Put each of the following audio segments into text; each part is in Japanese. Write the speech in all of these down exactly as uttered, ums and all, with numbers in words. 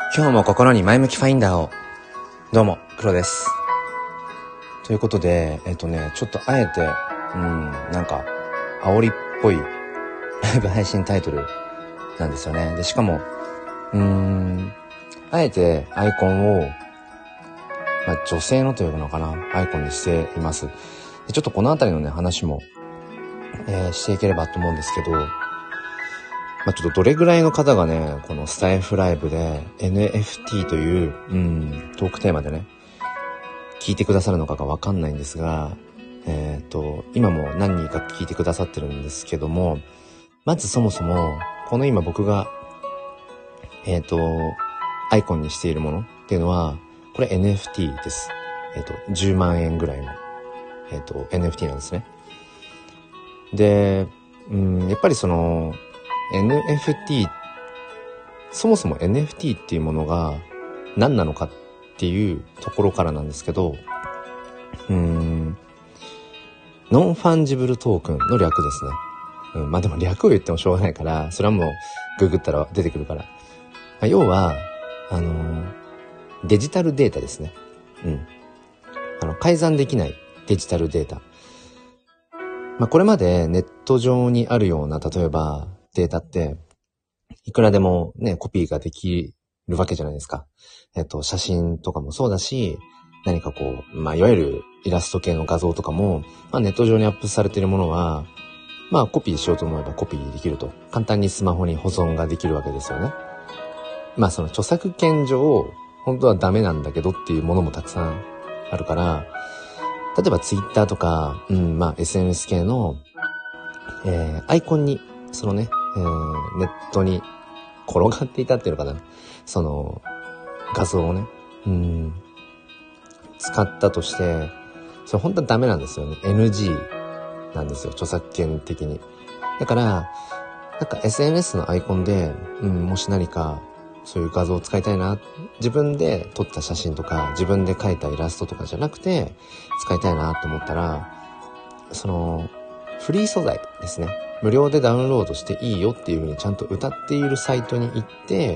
今日も心に前向きファインダーを。どうも黒です。ということでえっとねちょっとあえてうんなんか煽りっぽいライブ配信タイトルなんですよね。でしかもうーんあえてアイコンを、まあ、女性のというのかなアイコンにしています。でちょっとこのあたりのね話も、えー、していければと思うんですけど、まあ、ちょっとどれぐらいの方がねこのスタイフライブで エヌエフティー といううんトークテーマでね聞いてくださるのかがわかんないんですが、えっと今も何人か聞いてくださってるんですけども、まずそもそもこの今僕がえっとアイコンにしているものっていうのはこれ エヌエフティー です。えっとじゅうまんえんぐらいのえっと エヌエフティー なんですね。で、うんやっぱりその エヌエフティー そもそも エヌエフティー っていうものが何なのかっていうところからなんですけど、うーんノンファンジブルトークンの略ですね。うん、まあでも略を言ってもしょうがないから、それはもうググったら出てくるから。まあ、要はあのー、デジタルデータですね。うん。あの改ざんできないデジタルデータ。まあこれまでネット上にあるような例えばデータっていくらでもねコピーができるわけじゃないですか。えっと写真とかもそうだし、何かこうまあいわゆるイラスト系の画像とかも、まあ、ネット上にアップされているものはまあコピーしようと思えばコピーできると、簡単にスマホに保存ができるわけですよね。まあその著作権上本当はダメなんだけどっていうものもたくさんあるから、例えばツイッターとか、うん、まあ エスエヌエス 系の、えー、アイコンにそのね、えー、ネットに転がっていたっていうのかな、その画像をね、うん、使ったとして、それ本当はダメなんですよね。エヌジー なんですよ、著作権的に。だからなんか エスエヌエス のアイコンで、うん、もし何かそういう画像を使いたいな、自分で撮った写真とか自分で描いたイラストとかじゃなくて使いたいなと思ったら、そのフリー素材ですね、無料でダウンロードしていいよっていう風にちゃんと謳っているサイトに行って、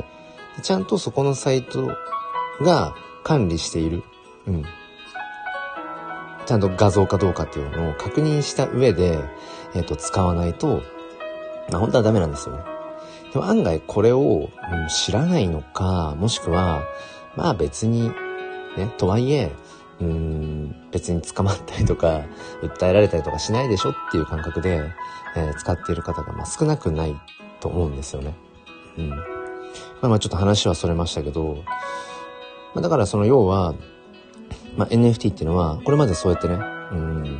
ちゃんとそこのサイトが管理している、うん、ちゃんと画像かどうかっていうのを確認した上で、えっと、使わないと、まあ本当はダメなんですよね。でも案外これを、うん、知らないのか、もしくは、まあ別に、ね、とはいえ、うーん、別に捕まったりとか、訴えられたりとかしないでしょっていう感覚で、えー、使っている方が、まあ、少なくないと思うんですよね。うん。まあまあちょっと話はそれましたけど、まあ、だからその要は、まあ、エヌエフティー っていうのはこれまでそうやってね、うん、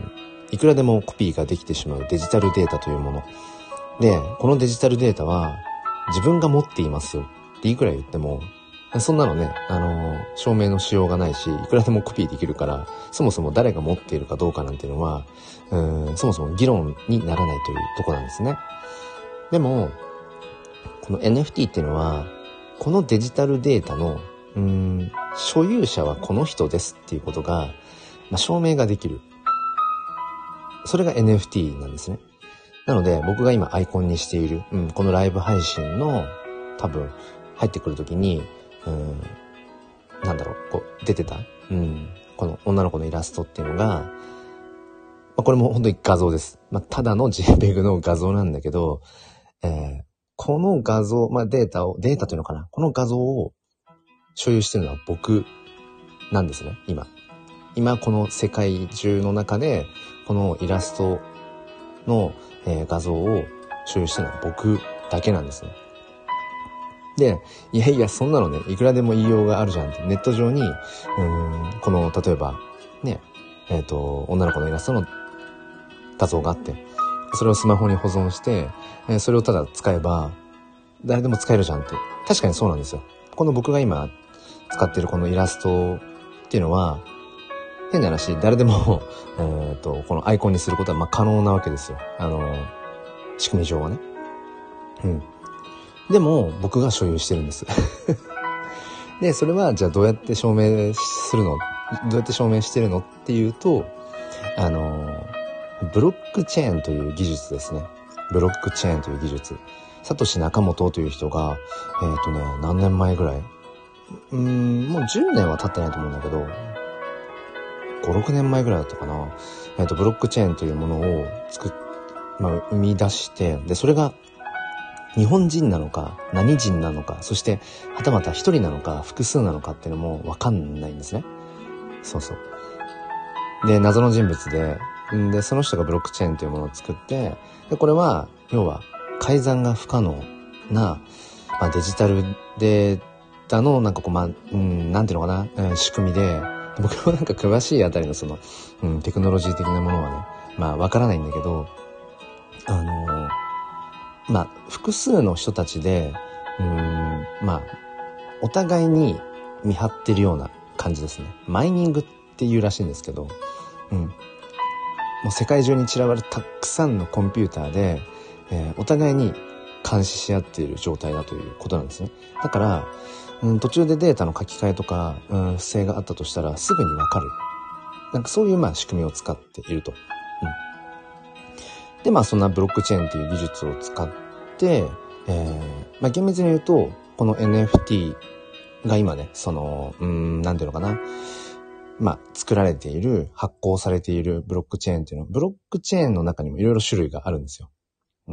いくらでもコピーができてしまうデジタルデータというもので、このデジタルデータは自分が持っていますよっていくら言っても、そんなのね、あのー、証明のしようがないし、いくらでもコピーできるから、そもそも誰が持っているかどうかなんていうのは、うーん、そもそも議論にならないというところなんですね。でもこの エヌエフティー っていうのはこのデジタルデータのうーん所有者はこの人ですっていうことが、まあ、証明ができる。それが エヌエフティー なんですね。なので僕が今アイコンにしている、うん、このライブ配信の多分入ってくるときに、うん、なんだろう、こう出てた、うん、この女の子のイラストっていうのが、まあ、これも本当に画像です。まあ、ただの JPEG の画像なんだけど、えー、この画像、まあ、データを、データというのかな、この画像を所有してるのは僕なんですね、今。今この世界中の中でこのイラストの、えー、画像を所有してるのは僕だけなんですね。で、いやいやそんなのね、いくらでも言いようがあるじゃんって、ネット上にうーんこの例えばね、えっと女の子のイラストの画像があって、それをスマホに保存して、えー、それをただ使えば誰でも使えるじゃんって。確かにそうなんですよ。この僕が今使っているこのイラストっていうのは変な話、誰でもえっとこのアイコンにすることはまあ可能なわけですよ。あの仕組み上はね。うん。でも僕が所有してるんです。で、それはじゃあどうやって証明するの？どうやって証明してるのっていうと、あのブロックチェーンという技術ですね。ブロックチェーンという技術。サトシ・ナカモトという人が、えっとね、何年前ぐらいうーん、もうじゅうねんは経ってないと思うんだけど、ご、ろくねんまえぐらいだったかな。えっと、ブロックチェーンというものを作っ、まあ、生み出して、で、それが日本人なのか、何人なのか、そして、はたまた一人なのか、複数なのかっていうのもわかんないんですね。そうそう。で、謎の人物で、んで、その人がブロックチェーンというものを作って、で、これは、要は、改ざんが不可能な、まあ、デジタルデータの、なんかこう、まあ、うん、なんていうのかな、うん、仕組みで、僕もなんか詳しいあたりのその、うん、テクノロジー的なものはね、まあ、わからないんだけど、あのー、まあ、複数の人たちで、うーん、まあ、お互いに見張ってるような感じですね。マイニングっていうらしいんですけど、うん。もう世界中に散らばるたくさんのコンピューターで、えー、お互いに監視し合っている状態だということなんですね。だから、うん、途中でデータの書き換えとか、うん、不正があったとしたらすぐにわかる。なんかそういうまあ仕組みを使っていると。うん、で、まあそんなブロックチェーンっていう技術を使って、えー、まあ厳密に言うと、この エヌエフティー が今ね、その、うーん、なんていうのかな。まあ、作られている、発行されているブロックチェーンっていうのは、ブロックチェーンの中にもいろいろ種類があるんですよ。うん。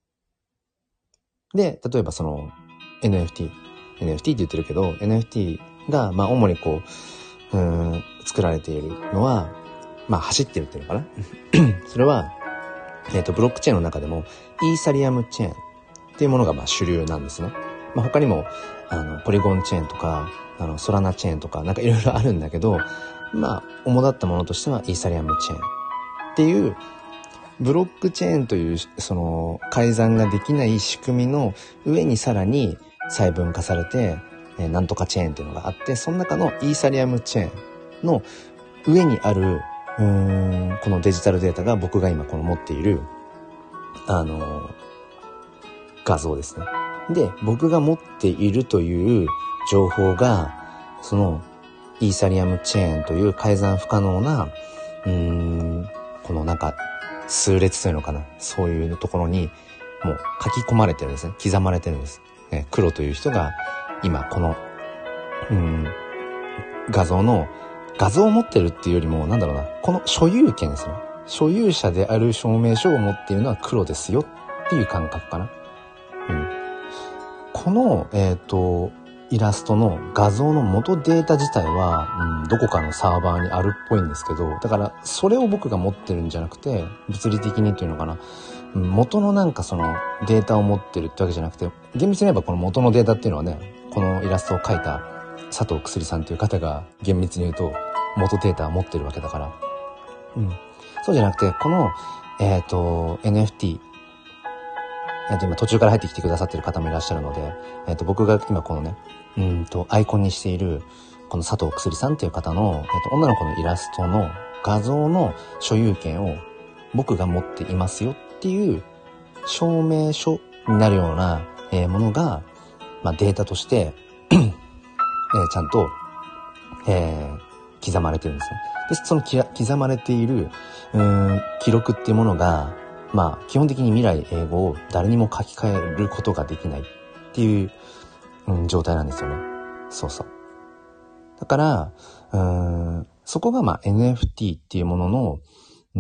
で、例えばその エヌエフティー、エヌエフティー って言ってるけど、エヌエフティー が、まあ、主にこう、うーん、作られているのは、まあ、走ってるっていうのかな。それは、えっと、ブロックチェーンの中でも、イーサリアムチェーンっていうものがまあ主流なんですね。まあ、他にも、あの、ポリゴンチェーンとか、あの、ソラナチェーンとか、なんかいろいろあるんだけど、まあ、主だったものとしては、イーサリアムチェーンっていう、ブロックチェーンという、その、改ざんができない仕組みの上にさらに細分化されて、えー、なんとかチェーンっていうのがあって、その中のイーサリアムチェーンの上にある、うーん、このデジタルデータが僕が今この持っている、あの、画像ですね。で、僕が持っているという情報が、その、イーサリアムチェーンという改ざん不可能な、うーん、このなんか、数列というのかな。そういうところに、もう書き込まれてるんですね。刻まれてるんです。え黒という人が、今この、うーん、画像の、画像を持ってるっていうよりも、なんだろうな、この所有権ですね。所有者である証明書を持っているのは黒ですよっていう感覚かな。うん。この、えっと、イラストの画像の元データ自体は、うん、どこかのサーバーにあるっぽいんですけど、だからそれを僕が持ってるんじゃなくて、物理的にっていうのかな、うん、元のなんかそのデータを持ってるってわけじゃなくて、厳密に言えばこの元のデータっていうのはね、このイラストを描いた佐藤くすりさんという方が厳密に言うと元データを持ってるわけだから、うん、そうじゃなくて、この、えっと、エヌエフティー、えっと、今途中から入ってきてくださってる方もいらっしゃるので、えっと、僕が今このね、うんと、アイコンにしている、この佐藤くすりさんっていう方の、えっと、女の子のイラストの画像の所有権を僕が持っていますよっていう証明書になるような、えー、ものが、まあ、データとして、えー、ちゃんと、えー、刻まれてるんですね。で、そのき刻まれている、うーん、記録っていうものが、まあ、基本的に未来英語を誰にも書き換えることができないっていう、うん、状態なんですよね。そうそう。だから、うーん、そこがまあ エヌエフティー っていうものの、うん、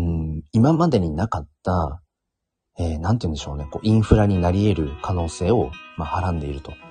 今までになかった、えー、なんて言うんでしょうね、こうインフラになり得る可能性を、まあ、はらんでいると。ま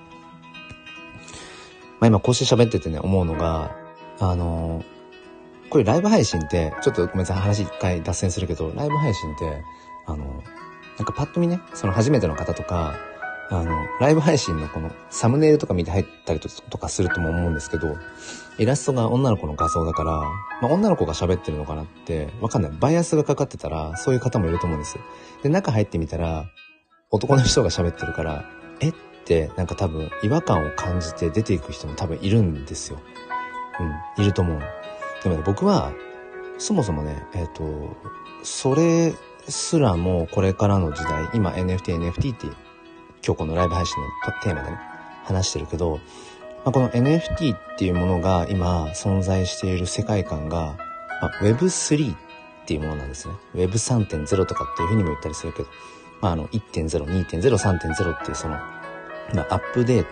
あ今こうして喋っててね、思うのが、あのー、これライブ配信って、ちょっとごめんなさい、話一回脱線するけど、ライブ配信って、あのー、なんかパッと見ね、その初めての方とか、あの、ライブ配信のこのサムネイルとか見て入ったりとかするとも思うんですけど、イラストが女の子の画像だから、まあ、女の子が喋ってるのかなってわかんない。バイアスがかかってたら、そういう方もいると思うんです。で、中入ってみたら、男の人が喋ってるから、えってなんか多分違和感を感じて出ていく人も多分いるんですよ。うん、いると思う。でもね、僕は、そもそもね、えっと、それすらもこれからの時代、今 エヌエフティー、エヌエフティー って今日このライブ配信のテーマでね、話してるけど、まあ、この エヌエフティー っていうものが今存在している世界観が、まあ、ウェブスリー っていうものなんですね。ウェブスリーてんゼロ とかっていうふうにも言ったりするけど、まあ、あの いってんゼロ、にてんゼロ、さんてんゼロ っていうその、まあ、アップデー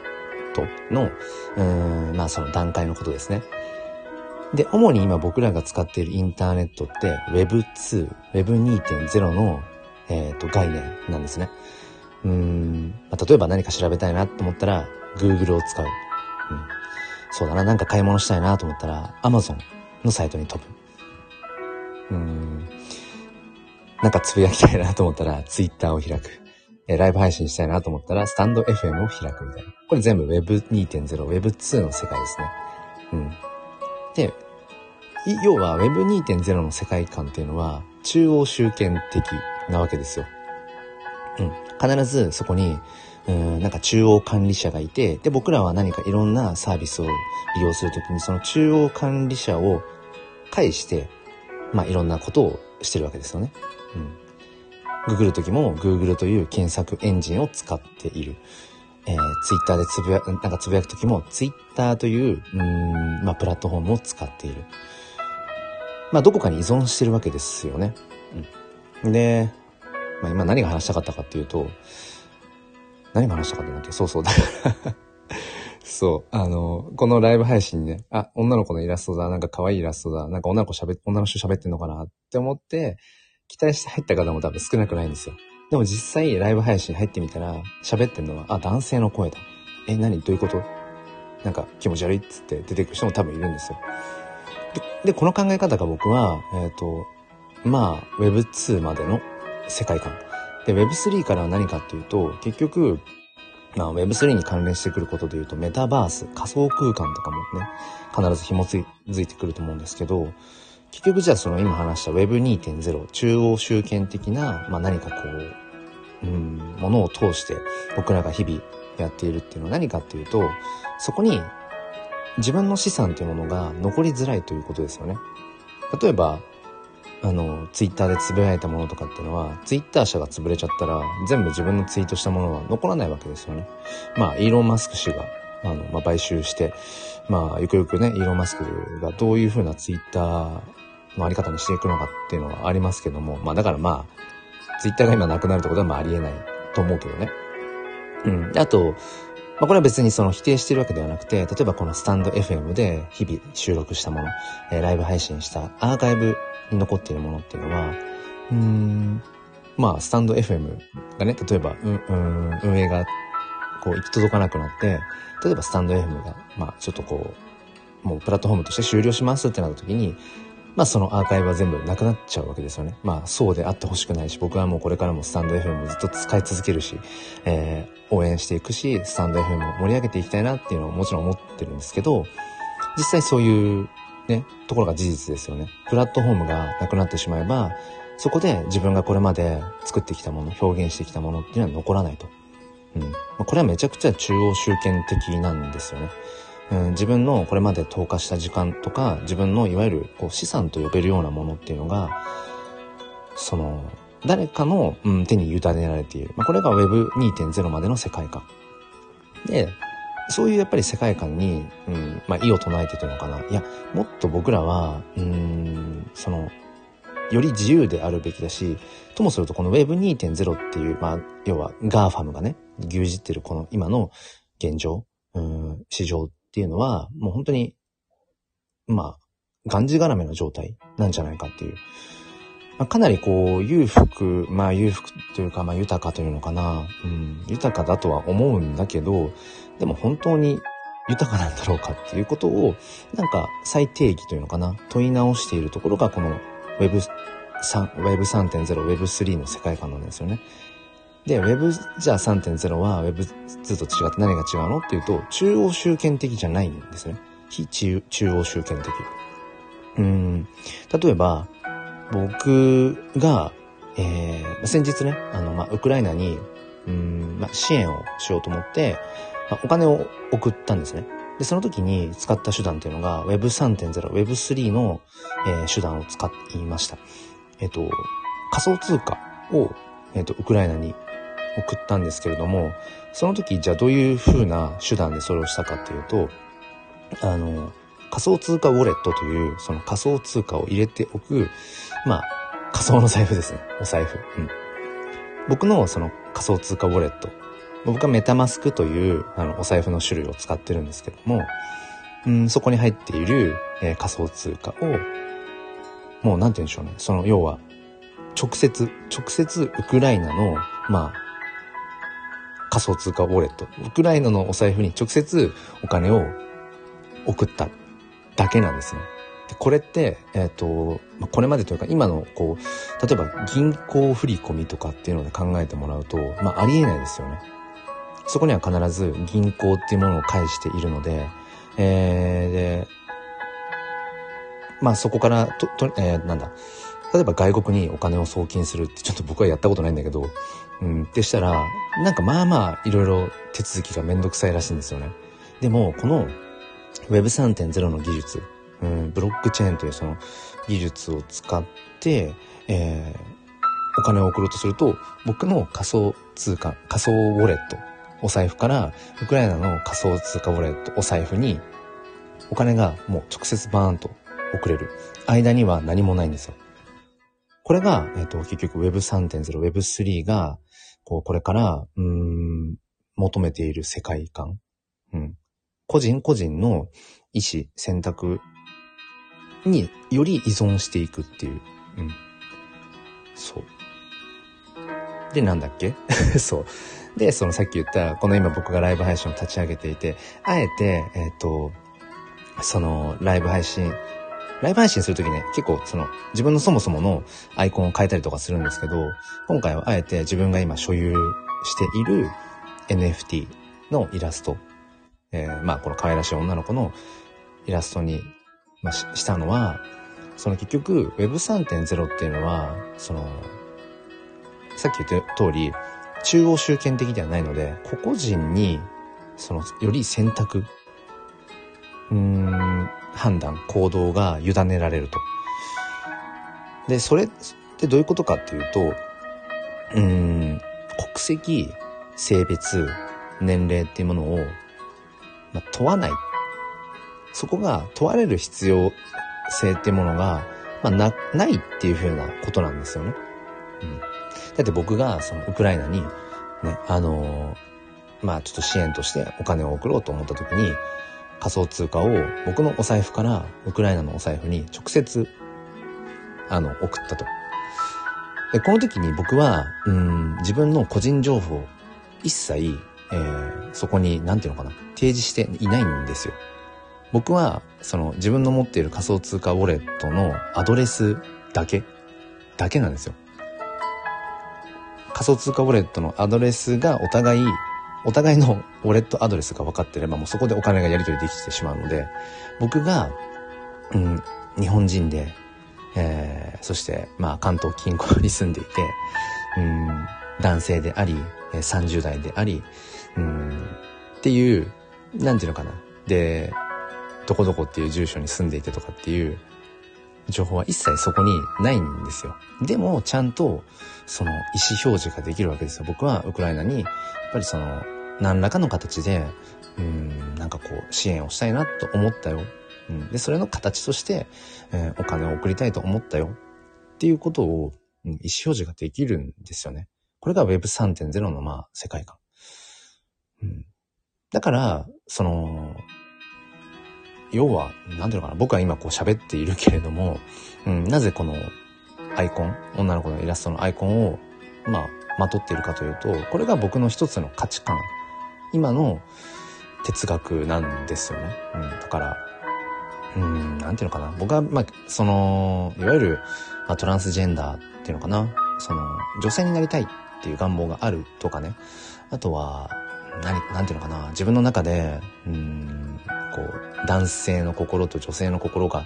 トの、うーん、まあその段階のことですね。で、主に今僕らが使っているインターネットって ウェブツー、ウェブにてんゼロ の、えー、と概念なんですね。うーん、まあ、例えば何か調べたいなと思ったら Google を使う。うん、そうだな、なんか買い物したいなと思ったら Amazon のサイトに飛ぶ。うーん、なんかつぶやきたいなと思ったら Twitter を開く。えー、ライブ配信したいなと思ったらスタンド エフエム を開くみたいな。これ全部 ウェブにてんゼロ、ウェブツー の世界ですね。うん。で、要は ウェブにてんゼロ の世界観っていうのは中央集権的なわけですよ。うん。必ずそこに、うーん、なんか中央管理者がいて、で、僕らは何かいろんなサービスを利用するときにその中央管理者を介して、まあいろんなことをしてるわけですよね。うん。ググるときも Google という検索エンジンを使っている。えー、Twitter でつぶや、なんかつぶやくときも Twitter という、うーん、まあプラットフォームを使っている。まあどこかに依存してるわけですよね。うん。で、まあ今何が話したかったかっていうと、何が話したかったんだっけ？そうそうだ。そう、あの、このライブ配信ね、あ、女の子のイラストだ、なんか可愛いイラストだ、なんか女の子喋って、女の人喋ってんのかなって思って、期待して入った方も多分少なくないんですよ。でも実際ライブ配信入ってみたら、喋ってんのは、あ、男性の声だ。え、何？どういうこと？なんか気持ち悪いっつって出てくる人も多分いるんですよ。で、でこの考え方が僕は、えっと、まあ、ウェブツー までの世界観。で、ウェブスリー からは何かっていうと、結局、まあ、ウェブスリー に関連してくることで言うと、メタバース、仮想空間とかもね、必ず紐づいてくると思うんですけど、結局じゃあその今話した ウェブにてんゼロ、中央集権的な、まあ何かこう、うん、ものを通して僕らが日々やっているっていうのは何かっていうと、そこに自分の資産というものが残りづらいということですよね。例えば、あの、ツイッターでつぶやいたものとかっていうのは、ツイッター社が潰れちゃったら、全部自分のツイートしたものは残らないわけですよね。まあ、イーロン・マスク氏が、あの、まあ、買収して、まあ、ゆくゆくね、イーロン・マスクがどういうふうなツイッターのあり方にしていくのかっていうのはありますけども、まあ、だからまあ、ツイッターが今なくなるってことはまあ、ありえないと思うけどね。うん。あと、まあ、これは別にその否定してるわけではなくて、例えばこのスタンド エフエム で日々収録したもの、えー、ライブ配信したアーカイブに残っているものっていうのは、うーん、まあスタンド エフエム がね、例えば、うん、うん、運営がこう行き届かなくなって、例えばスタンド エフエム が、まあちょっとこう、もうプラットフォームとして終了しますってなった時に、まあそのアーカイブは全部なくなっちゃうわけですよね。まあそうであってほしくないし、僕はもうこれからもスタンド エフエム ずっと使い続けるし、えー、応援していくし、スタンド エフエム を盛り上げていきたいなっていうのはもちろん思ってるんですけど、実際そういうね、ところが事実ですよね。プラットフォームがなくなってしまえば、そこで自分がこれまで作ってきたもの、表現してきたものっていうのは残らないと。うん。これはめちゃくちゃ中央集権的なんですよね。うん、自分のこれまで投下した時間とか、自分のいわゆるこう資産と呼べるようなものっていうのが、その、誰かの、うん、手に委ねられている。まあ、これが ウェブにてんゼロ までの世界観。で、そういうやっぱり世界観に、うん、まあ、異を唱えてというのかな。いや、もっと僕らは、うーん、その、より自由であるべきだし、ともするとこの ウェブにてんゼロ っていう、まあ、要は ガーファム がね、牛耳ってるこの今の現状、うん、市場っていうのは、もう本当に、まあ、がんじがらめの状態なんじゃないかっていう。まあ、かなりこう、裕福、まあ裕福というか、まあ豊かというのかな。うん、豊かだとは思うんだけど、でも本当に豊かなんだろうかっていうことを、なんか再定義というのかな、問い直しているところがこの ウェブさん、ウェブさんてんゼロ、ウェブスリー の世界観なんですよね。で、Web じゃあ さんてんゼロ は ウェブツー と違って何が違うのっていうと、中央集権的じゃないんですね。非中央集権的。うーん。例えば、僕が、えー、先日ね、あの、まあ、ウクライナに、うーん、まあ、支援をしようと思って、まあ、お金を送ったんですね。で、その時に使った手段っていうのが ウェブさんてんゼロ、ウェブスリー の、えー、手段を使いました。えっと、仮想通貨を、えっと、ウクライナに送ったんですけれども、その時じゃあどういう風な手段でそれをしたかっていうと、あの、仮想通貨ウォレットという、その仮想通貨を入れておく、まあ、仮想の財布ですね。お財布。うん。僕のその仮想通貨ウォレット僕はメタマスクというあのお財布の種類を使ってるんですけども、うん、そこに入っている、えー、仮想通貨を、もうなんて言うんでしょうね。その要は、直接、直接ウクライナの、まあ、仮想通貨ウォレット。ウクライナのお財布に直接お金を送っただけなんですね。でこれって、えっと、これまでというか今のこう、例えば銀行振込とかっていうので考えてもらうと、まあありえないですよね。そこには必ず銀行っていうものを介しているので、えー、で、まあそこからと、と、えー、なんだ、例えば外国にお金を送金するってちょっと僕はやったことないんだけど、うん、ってしたら、なんかまあまあいろいろ手続きがめんどくさいらしいんですよね。でも、この ウェブスリーてんゼロ の技術、うん、ブロックチェーンというその技術を使って、えー、お金を送ろうとすると、僕の仮想通貨、仮想ウォレット、お財布からウクライナの仮想通貨ウォレット、お財布にお金がもう直接バーンと送れる。間には何もないんですよ。これが、えっと、結局 ウェブスリーてんゼロ、ウェブスリー が、こう、これから、うーん、求めている世界観。うん。個人個人の意思、選択により依存していくっていう。うん。そう。で、なんだっけそう。で、そのさっき言った、この今僕がライブ配信を立ち上げていて、あえて、えっと、その、ライブ配信、ライブ配信するときね、結構その自分のそもそものアイコンを変えたりとかするんですけど、今回はあえて自分が今所有している エヌエフティー のイラスト、えー、まあこの可愛らしい女の子のイラストに、まあ、し, したのは、その結局 ウェブスリーてんゼロ っていうのは、その、さっき言った通り、中央集権的ではないので、個々人に、その、より選択、うーん、判断、行動が委ねられると。で、それってどういうことかっていうと、うーん、国籍、性別、年齢っていうものを、まあ、問わない。そこが問われる必要性っていうものが、まあ、な、ないっていうふうなことなんですよね。うん。だって僕がそのウクライナに、ね、あのー、まあちょっと支援としてお金を送ろうと思った時に、仮想通貨を僕のお財布からウクライナのお財布に直接あの送ったと。でこの時に僕はうーん自分の個人情報一切、えー、そこに何ていうのかな提示していないんですよ。僕はその自分の持っている仮想通貨ウォレットのアドレスだけだけなんですよ。仮想通貨ウォレットのアドレスがお互いお互いのウォレットアドレスが分かってればもうそこでお金がやり取りできてしまうので、僕が、うん、日本人で、えー、そしてまあ関東近郊に住んでいて、うん、男性でありさんじゅう代であり、うん、っていうなんていうのかなでどこどこっていう住所に住んでいてとかっていう情報は一切そこにないんですよ。でもちゃんとその意思表示ができるわけですよ。僕はウクライナにやっぱりその何らかの形でうーんなんかこう支援をしたいなと思ったよ。うん、でそれの形として、えー、お金を送りたいと思ったよっていうことを、うん、意思表示ができるんですよね。これが ウェブスリーてんゼロ のまあ世界観。うん、だからその要は、なんていうのかな、僕は今こう喋っているけれども、うん、なぜこのアイコン、女の子のイラストのアイコンを、まあ、まとっているかというと、これが僕の一つの価値観、今の哲学なんですよね。うん、だから、うん、なんていうのかな、僕は、まあ、その、いわゆる、まあ、トランスジェンダーっていうのかな、その、女性になりたいっていう願望があるとかね、あとは、何、なんていうのかな、自分の中で、うーん、こう、男性の心と女性の心が、こ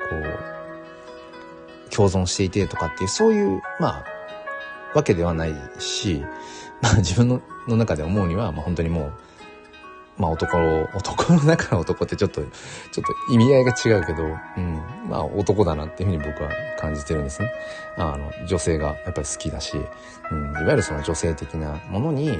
う、共存していてとかっていう、そういう、まあ、わけではないし、まあ自分のの中で思うには、まあ本当にもう、まあ男、男の中の男ってちょっと、ちょっと意味合いが違うけど、うん、まあ男だなっていうふうに僕は感じてるんですね。あの、女性がやっぱり好きだし、うん、いわゆるその女性的なものに、うん、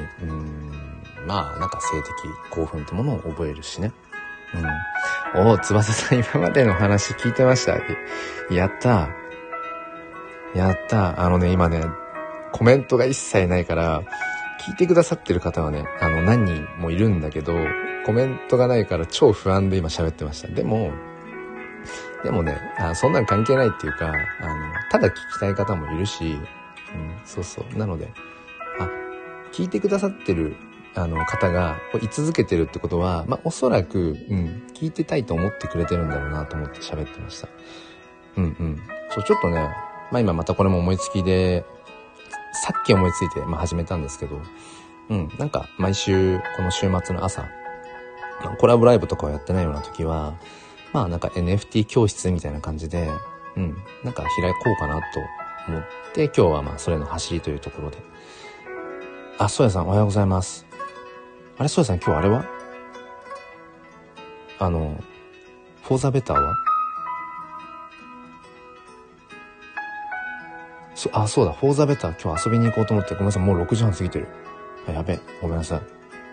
まあなんか性的興奮ってものを覚えるしね。うん。おー、翼さん今までの話聞いてました。やったー。やったー。あのね、今ね、コメントが一切ないから、 聞いてくださってる方はね、あの、何人もいるんだけど、コメントがないから超不安で今喋ってました。でも、でもね、あそんなの関係ないっていうか、あの、ただ聞きたい方もいるし、うん、そうそう。なので、あ、聞いてくださってる、あの、方が居続けてるってことは、まあ、おそらく、うん、聞いてたいと思ってくれてるんだろうなと思って喋ってました。うんうん。そう、ちょっとね、まあ、今またこれも思いつきで、さっき思いついて、まあ、始めたんですけど、うん、なんか毎週この週末の朝、コラボライブとかをやってないような時は、まあなんか エヌエフティー 教室みたいな感じで、うん、なんか開こうかなと思って、今日はまあそれの走りというところで。あ、ソヤさんおはようございます。あれ、ソヤさん今日あれはあの、フォーザベターはそ、あ、そうだ、フォーザベター今日遊びに行こうと思って、ごめんなさい、もうろくじはん過ぎてる。あ、やべ、ごめんなさい。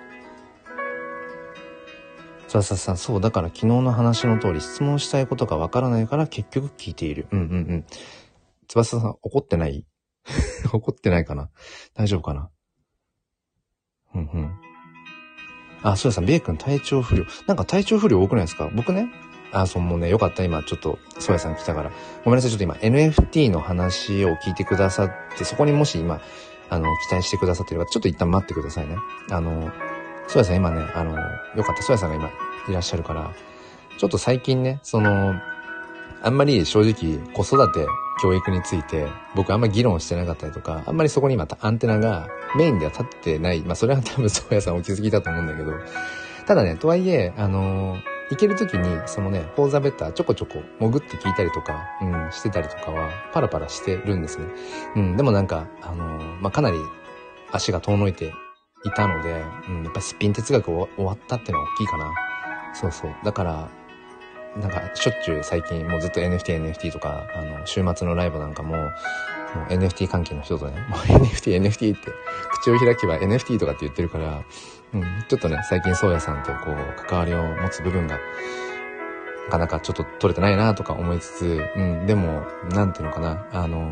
さささん、そう、だから昨日の話の通り、質問したいことがわからないから結局聞いている。うんうんうん。翼さん、怒ってない怒ってないかな大丈夫かなうんうん。あ、そうやさん、ベイ君体調不良。なんか体調不良多くないですか？僕ね、あ、そう、もうね、よかった。今、ちょっと、そうやさん来たから。ごめんなさい、ちょっと今、エヌエフティー の話を聞いてくださって、そこにもし今、あの、期待してくださっている方、ちょっと一旦待ってくださいね。あの、そうやさん今ね、あの、よかった。そうやさんが今、いらっしゃるから、ちょっと最近ね、その、あんまり正直、子育て、教育について、僕あんまり議論してなかったりとか、あんまりそこに今、アンテナがメインでは立ってない。まあ、それは多分、そうやさんお気づきだと思うんだけど、ただね、とはいえ、あのー、行けるときに、そのね、フォーザベッターちょこちょこ潜って聞いたりとか、うん、してたりとかは、パラパラしてるんですね。うん、でもなんか、あのー、まあ、かなり足が遠のいていたので、うん、やっぱスピン哲学終わったってのは大きいかな。そうそう。だから、なんか、しょっちゅう最近、もうずっと エヌエフティー、エヌエフティー とか、あの、週末のライブなんかも、もう エヌエフティー 関係の人とね、もう エヌエフティー、エヌエフティー って、口を開けば エヌエフティー とかって言ってるから、うん、ちょっとね、最近そうやさんとこう、関わりを持つ部分が、なかなかちょっと取れてないなとか思いつつ、うん、でも、なんていうのかな、あの、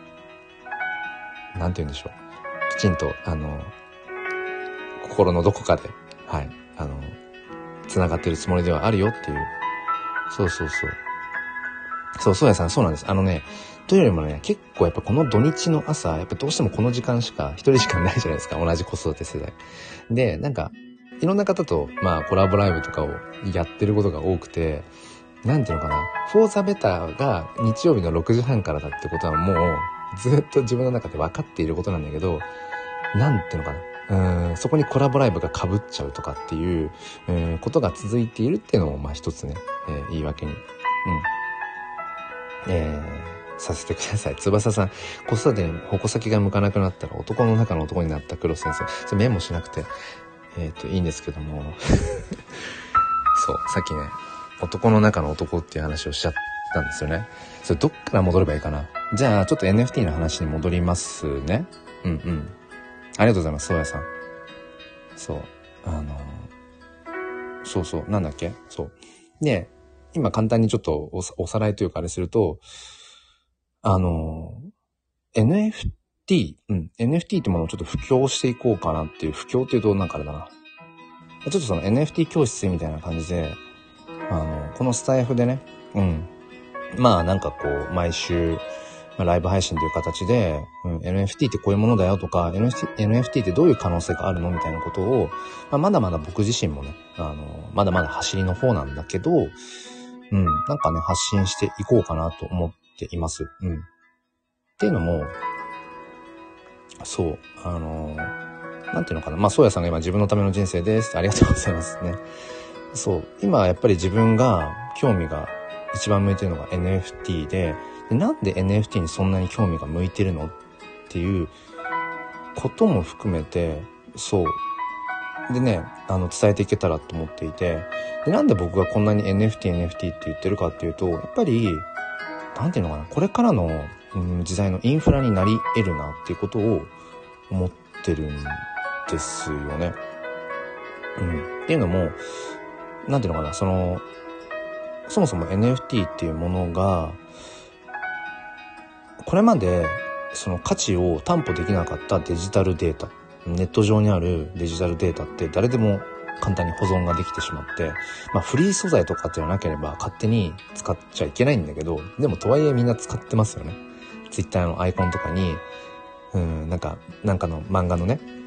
なんて言うんでしょう。きちんと、あの、心のどこかで、はい、あの、繋がってるつもりではあるよっていう、そうそうそう。そう、そうやさん、そうなんです。あのね、というよりもね、結構やっぱこの土日の朝、やっぱどうしてもこの時間しか、一人しかないじゃないですか、同じ子育て世代。で、なんか、いろんな方と、まあ、コラボライブとかをやってることが多くて、なんていうのかな、フォーザベターが日曜日のろくじはんからだってことはもう、ずっと自分の中で分かっていることなんだけど、なんていうのかな、うーん、そこにコラボライブが被っちゃうとかっていう、うーん、ことが続いているっていうのも、まあ一つね、えー、言い訳に。うん。えー、させてください。翼さん、子育てに矛先が向かなくなったら男の中の男になった黒先生。それメモしなくて、えっと、いいんですけども。そう、さっきね、男の中の男っていう話をしちゃったんですよね。それどっから戻ればいいかな。じゃあ、ちょっと エヌエフティー の話に戻りますね。うんうん。ありがとうございます、そうやさん。そう、あの、そうそう、なんだっけそう。で、今簡単にちょっと お, おさらいというかあれすると、あの、エヌエフティー、うん、エヌエフティー ってものをちょっと布教していこうかなっていう、布教っていうとなんかあれだな。ちょっとその エヌエフティー 教室みたいな感じで、あの、このスタイフでね、うん、まあなんかこう、毎週、まあ、ライブ配信という形で、うん、エヌエフティー ってこういうものだよとか、エヌエフティー、エヌエフティー ってどういう可能性があるのみたいなことを、まあ、まだまだ僕自身もね、あの、まだまだ走りの方なんだけど、うん、なんかね、発信していこうかなと思っています。うん。っていうのも、そう、あの、なんていうのかな。まあ、そうやさんが今自分のための人生です。ありがとうございますね。そう、今やっぱり自分が興味が一番向いてるのが エヌエフティー で、でなんで エヌエフティー にそんなに興味が向いてるのっていうことも含めて、そう。でね、あの、伝えていけたらと思っていて、で、なんで僕がこんなに エヌエフティー、エヌエフティー って言ってるかっていうと、やっぱり、なんていうのかな、これからの、うん、時代のインフラになり得るなっていうことを思ってるんですよね。うん。っていうのも、なんていうのかな、その、そもそも エヌエフティー っていうものが、これまでその価値を担保できなかったデジタルデータ。 ネット上にあるデジタルデータって誰でも簡単に保存ができてしまって、まあフリー素材とかっていうのはなければ勝手に使っちゃいけないんだけど、でもとはいえみんな使ってますよね。ツイッターのアイコンとかに、うん、なんか、なんかの漫画のね、うん、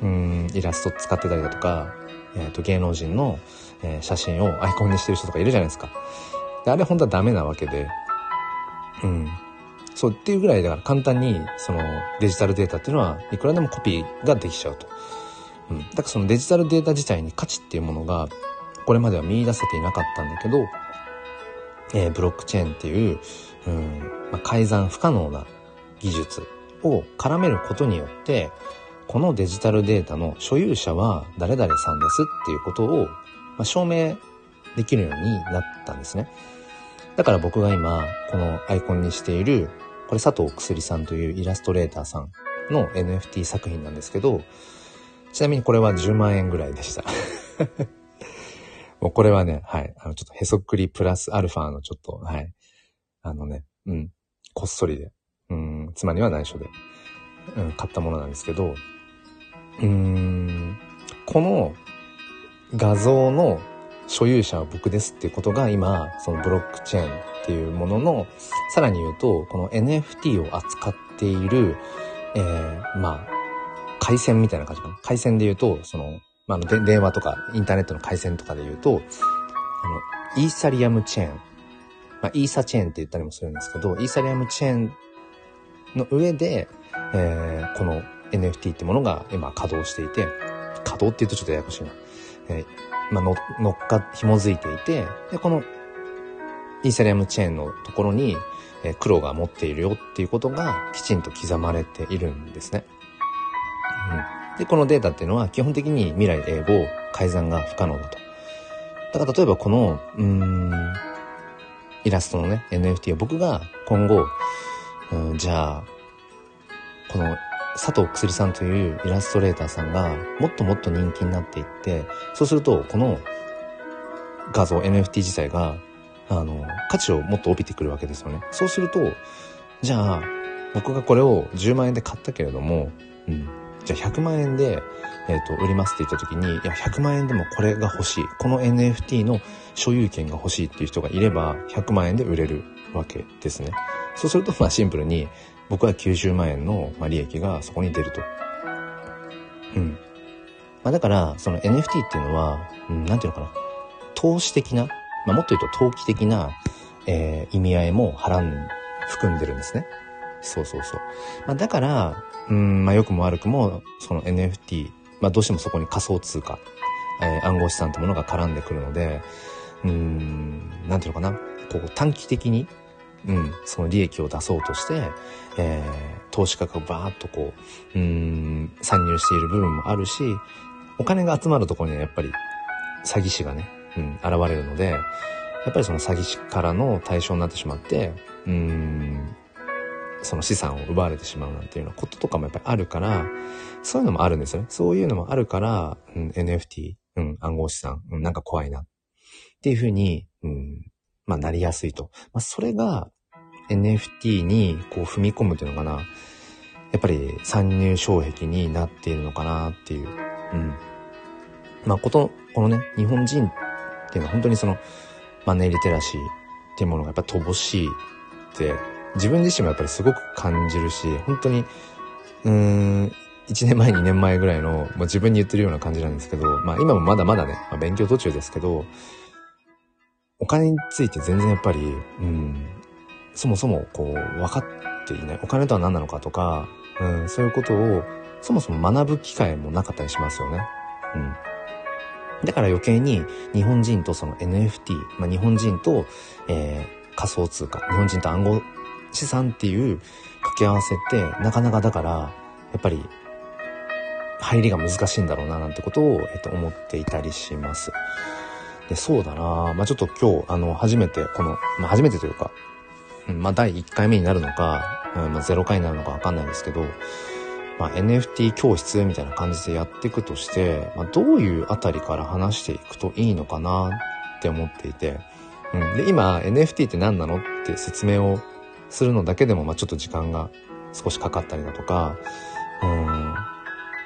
イラスト使ってたりだとか、えっと、芸能人の、えー、写真をアイコンにしてる人とかいるじゃないですか。で、あれ本当はダメなわけで、うん。そうっていうぐらいだから簡単に、そのデジタルデータっていうのはいくらでもコピーができちゃうと。うん。だからそのデジタルデータ自体に価値っていうものが、これまでは見出せていなかったんだけど、えー、ブロックチェーンっていう、うん、まあ、改ざん不可能な技術を絡めることによって、このデジタルデータの所有者は誰々さんですっていうことを、まあ、証明できるようになったんですね。だから僕が今このアイコンにしている、これ佐藤くすりさんというイラストレーターさんの エヌエフティー 作品なんですけど、ちなみにこれはじゅうまんえんぐらいでしたもうこれはね、はい、あのちょっとへそくりプラスアルファのちょっと、はい、あのね、うん、こっそりで、うん、妻には内緒で、うん、買ったものなんですけど、うーん、この画像の所有者は僕ですっていうことが今、そのブロックチェーンっていうものの、さらに言うと、この エヌエフティー を扱っている、えー、まあ、回線みたいな感じかな。回線で言うと、その、まあ、で電話とかインターネットの回線とかで言うと、あの、イーサリアムチェーン、まあ、イーサチェーンって言ったりもするんですけど、イーサリアムチェーンの上で、えー、この エヌエフティー ってものが今稼働していて、稼働って言うとちょっとややこしいな。えー、まあ、の乗っか、紐づいていて、で、このイーサリアムチェーンのところに、えー、黒が持っているよっていうことがきちんと刻まれているんですね。うん、で、このデータっていうのは基本的に未来永劫改ざんが不可能だと。だから例えばこの、うーん、イラストのね、エヌエフティー を僕が今後、うん、じゃあ、この佐藤くすりさんというイラストレーターさんがもっともっと人気になっていって、そうするとこの画像 エヌエフティー 自体があの価値をもっと帯びてくるわけですよね。そうすると、じゃあ僕がこれをじゅうまんえんで買ったけれども、うん、じゃあひゃくまんえんで、えーと、売りますって言った時に、いやひゃくまんえんでもこれが欲しい、この エヌエフティー の所有権が欲しいっていう人がいればひゃくまんえんで売れるわけですね。そうするとまあシンプルに僕はきゅうじゅうまんえんの利益がそこに出ると。うん。まあだからその エヌエフティー っていうのは、うん、なんていうのかな、投資的な、まあもっと言うと投機的な、えー、意味合いもはらん含んでるんですね。そうそうそう。まあだから、うん、まあ良くも悪くもその エヌエフティー、まあどうしてもそこに仮想通貨、えー、暗号資産ってものが絡んでくるので、うーん、なんていうのかな、こう短期的にうん、その利益を出そうとして、えー、投資家がバーッとこう、うーん、参入している部分もあるし、お金が集まるところにはやっぱり詐欺師がね、うん、現れるので、やっぱりその詐欺師からの対象になってしまって、うーん、その資産を奪われてしまうなんていうようなこととかもやっぱりあるから、そういうのもあるんですよね。そういうのもあるから、うん、エヌエフティー、うん、暗号資産、うん、なんか怖いなっていうふうに、うん、まあなりやすいと。まあそれが、エヌエフティー にこう踏み込むというのかな、やっぱり参入障壁になっているのかなっていう、うん、まあことこのね、日本人っていうのは本当にそのマネーリテラシーっていうものがやっぱり乏しいって自分自身もやっぱりすごく感じるし、本当にうーんいちねんまえにねんまえぐらいのもう自分に言ってるような感じなんですけど、まあ今もまだまだね、まあ、勉強途中ですけど、お金について全然やっぱりうんそもそもこう分かっていない、お金とは何なのかとか、うん、そういうことをそもそも学ぶ機会もなかったりしますよね。うん。だから余計に日本人とその エヌエフティー、まあ、日本人と、えー、仮想通貨、日本人と暗号資産っていう掛け合わせってなかなかだからやっぱり入りが難しいんだろうななんてことを、えっと、思っていたりします。で、そうだな、まあちょっと今日あの初めてこの、まあ初めてというか。まあ、だいいっかいめになるのか、うん、まあ、ゼロかいになるのかわかんないですけど、まあ、エヌエフティー 教室みたいな感じでやっていくとして、まあ、どういうあたりから話していくといいのかなって思っていて、うん、で、今、エヌエフティー って何なのって説明をするのだけでも、まあ、ちょっと時間が少しかかったりだとか、うん、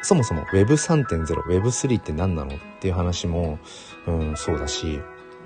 そもそも ウェブスリーてんゼロ、ウェブスリー って何なのっていう話も、うん、そうだし、うん、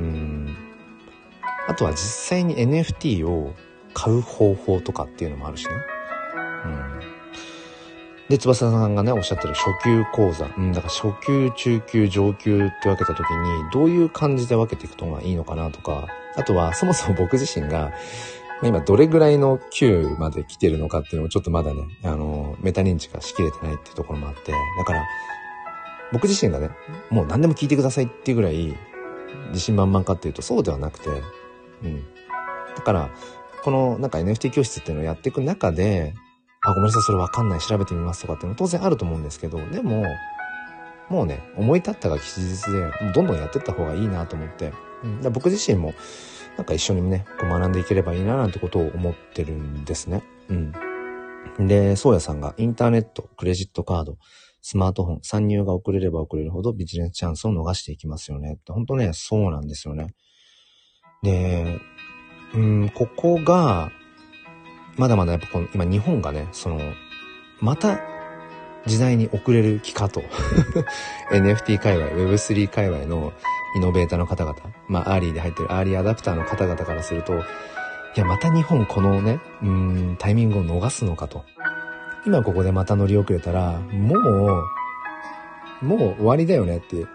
あとは実際に エヌエフティー を買う方法とかっていうのもあるしね。うん、で、翼さんがね、おっしゃってる初級講座、うん、だから初級、中級、上級って分けた時に、どういう感じで分けていくとがいいのかなとか、あとはそもそも僕自身が、今どれぐらいの級まで来てるのかっていうのをちょっとまだね、あの、メタ認知がしきれてないっていうところもあって、だから、僕自身がね、もう何でも聞いてくださいっていうぐらい、自信満々かっていうとそうではなくて、うん。だから、このなんか エヌエフティー 教室っていうのをやっていく中で、あ、ごめんなさい、それわかんない、調べてみますとかっていうのは当然あると思うんですけど、でも、もうね、思い立ったが吉日で、どんどんやっていった方がいいなと思って、うん、だ僕自身も、なんか一緒にね、こう学んでいければいいななんてことを思ってるんですね。うん。で、そうやさんがインターネット、クレジットカード、スマートフォン、参入が遅れれば遅れるほどビジネスチャンスを逃していきますよね。って本当ね、そうなんですよね。で、うん、ここが、まだまだやっぱこの、今日本がね、その、また時代に遅れる気かと。エヌエフティー 界隈、ウェブスリー 界隈のイノベーターの方々、まあ、アーリーで入ってるアーリーアダプターの方々からすると、いや、また日本このね、うーん、タイミングを逃すのかと。今ここでまた乗り遅れたら、もう、もう終わりだよねっていう。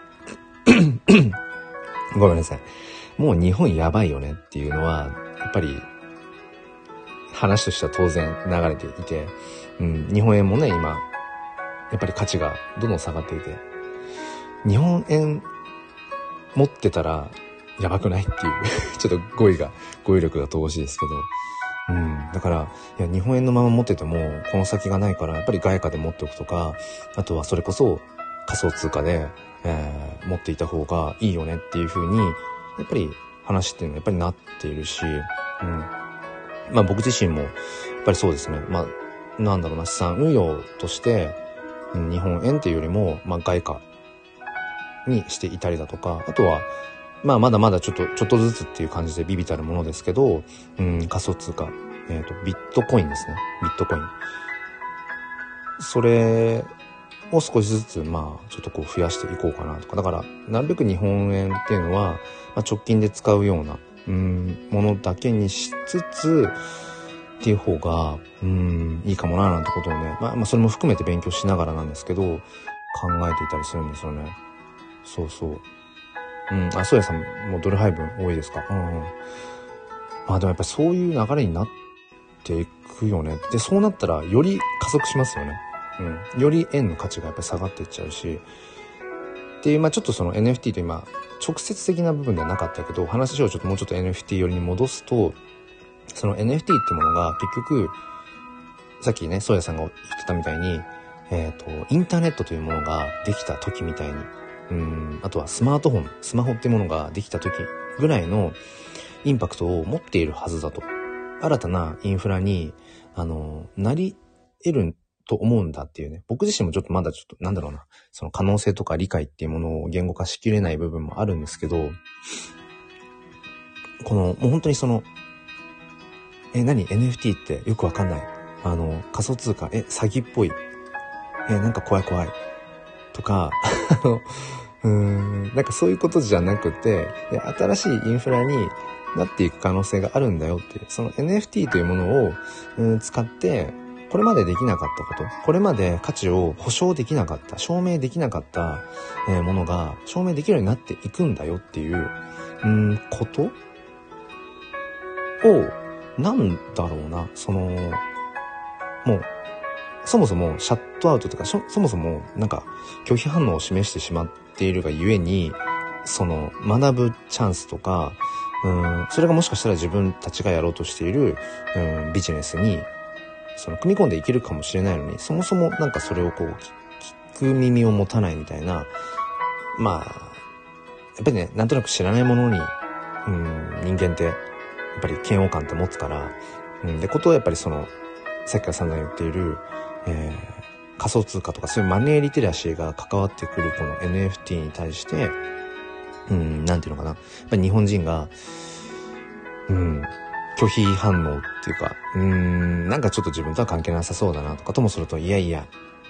ごめんなさい。もう日本やばいよねっていうのは、やっぱり、話としては当然流れていて、うん、日本円もね、今、やっぱり価値がどんどん下がっていて、日本円持ってたらやばくないっていうちょっと語彙が語彙力が乏しいですけど、うん、だからいや日本円のまま持っててもこの先がないからやっぱり外貨で持っておくとか、あとはそれこそ仮想通貨で、えー、持っていた方がいいよねっていう風にやっぱり話っていうのはやっぱりなっているし、うん、まあ僕自身もやっぱりそうですね。まあなんだろうな、資産運用として日本円っていうよりも、まあ、外貨にしていたりだとか、あとは、まあ、まだまだちょっと、ちょっとずつっていう感じでビビたるものですけど、うん、仮想通貨、えっと、ビットコインですね。ビットコイン。それを少しずつ、まあ、ちょっとこう増やしていこうかなとか。だから、なるべく日本円っていうのは、まあ、直近で使うような、うん、ものだけにしつつ、っていう方が、うん、いいかもななんてことをね、まあ、まあ、それも含めて勉強しながらなんですけど、考えていたりするんですよね。そうそう。うん、あ、そうやさんもドル配分多いですか？うん、うん。まあでもやっぱりそういう流れになっていくよね。で、そうなったらより加速しますよね。うん。より円の価値がやっぱり下がっていっちゃうし。っていう、まあちょっとその エヌエフティー と今、直接的な部分ではなかったけど、話をちょっともうちょっと エヌエフティー 寄りに戻すと、その エヌエフティー ってものが結局、さっきね、ソーヤさんが言ってたみたいに、えっと、インターネットというものができた時みたいに、うん、あとはスマートフォン、スマホっていうものができた時ぐらいのインパクトを持っているはずだと。新たなインフラに、あの、なり得ると思うんだっていうね。僕自身もちょっとまだちょっと、なんだろうな、その可能性とか理解っていうものを言語化しきれない部分もあるんですけど、この、もう本当にその、え、何 エヌエフティー ってよくわかんない。あの、仮想通貨、え、詐欺っぽい。え、なんか怖い怖い。とか、あの、うーん、なんかそういうことじゃなくて、新しいインフラになっていく可能性があるんだよって、その エヌエフティー というものを、うん、使って、これまでできなかったこと、これまで価値を保証できなかった、証明できなかった、えー、ものが証明できるようになっていくんだよっていう、うん、ことを、なんだろうな、その、もう、そもそもシャットアウトとか、そもそもなんか拒否反応を示してしまっているがゆえに、その学ぶチャンスとか、うん、それがもしかしたら自分たちがやろうとしている、うん、ビジネスに、その組み込んでいけるかもしれないのに、そもそもなんかそれをこう、聞く耳を持たないみたいな、まあ、やっぱりね、なんとなく知らないものに、うん、人間って、やっぱり嫌悪感って持つから、うん、で、ことをやっぱりその、さっきから散々言っている、えー、仮想通貨とかそういうマネーリテラシーが関わってくるこの エヌエフティー に対して、うん、なんていうのかな。やっぱり日本人が、うん、拒否反応っていうか、うーん、なんかちょっと自分とは関係なさそうだなとかともすると、いやいや、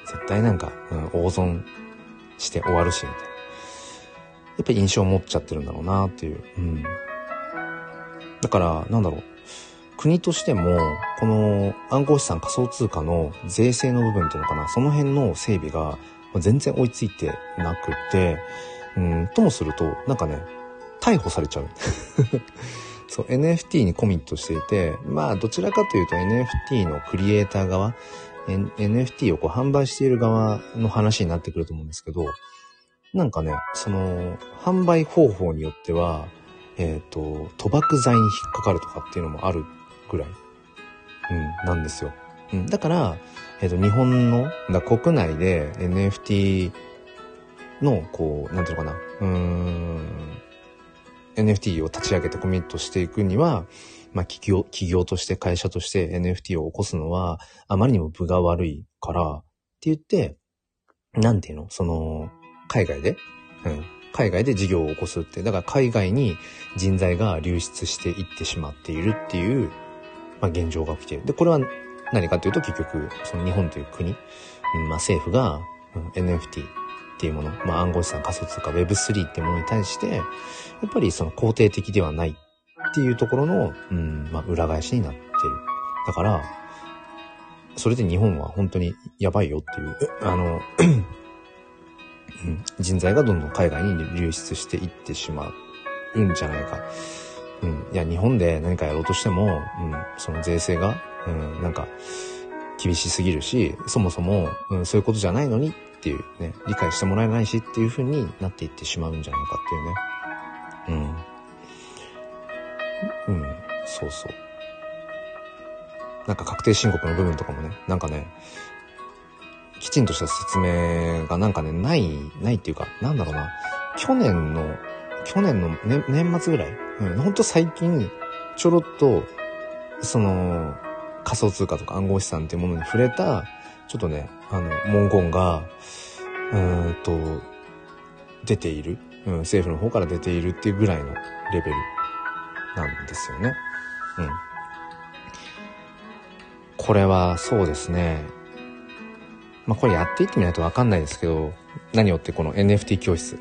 絶対なんか、うん、大損して終わるし、みたいな。やっぱり印象を持っちゃってるんだろうなっていう。うん。だから、なんだろう。国としても、この暗号資産仮想通貨の税制の部分っていうのかな、その辺の整備が全然追いついてなくて、うん、ともすると、なんかね、逮捕されちゃう。そう、エヌエフティー にコミットしていて、まあ、どちらかというと エヌエフティー のクリエイター側、エヌエフティー をこう販売している側の話になってくると思うんですけど、なんかね、その、販売方法によっては、えっと、賭博罪に引っかかるとかっていうのもあるぐらい、うん、なんですよ。うん、だから、えっと、日本の、だ国内で エヌエフティー の、こう、なんていうのかな、うーん、エヌエフティー を立ち上げてコミットしていくには、まあ企業、企業として会社として エヌエフティー を起こすのは、あまりにも分が悪いから、って言って、なんていうのその、海外で、うん、海外で事業を起こすって、だから海外に人材が流出していってしまっているっていう、まあ現状が起きている。で、これは何かというと結局、その日本という国、うん、まあ政府が、うん、エヌエフティー、っていうもの、まあ暗号資産仮想通貨 ウェブスリー っていうものに対して、やっぱりその肯定的ではないっていうところの、うん、まあ裏返しになってる。だから、それで日本は本当にやばいよっていう、あの、うん、人材がどんどん海外に流出していってしまうんじゃないか。うん、いや、日本で何かやろうとしても、うん、その税制が、うん、なんか、厳しすぎるし、そもそも、うん、そういうことじゃないのにっていうね、理解してもらえないしっていう風になっていってしまうんじゃないかっていうね。うん。うん、そうそう。なんか確定申告の部分とかもね、なんかね、きちんとした説明がなんかね、ない、ないっていうか、なんだろうな、去年の、去年の、ね、年末ぐらい、うん、ほんと最近、ちょろっと、その、仮想通貨とか暗号資産っていうものに触れた、ちょっとね、あの、文言が、うーんと、出ている、うん、政府の方から出ているっていうぐらいのレベルなんですよね。うん。これはそうですね。まあ、これやっていってみないとわかんないですけど、何をってこの エヌエフティー 教室。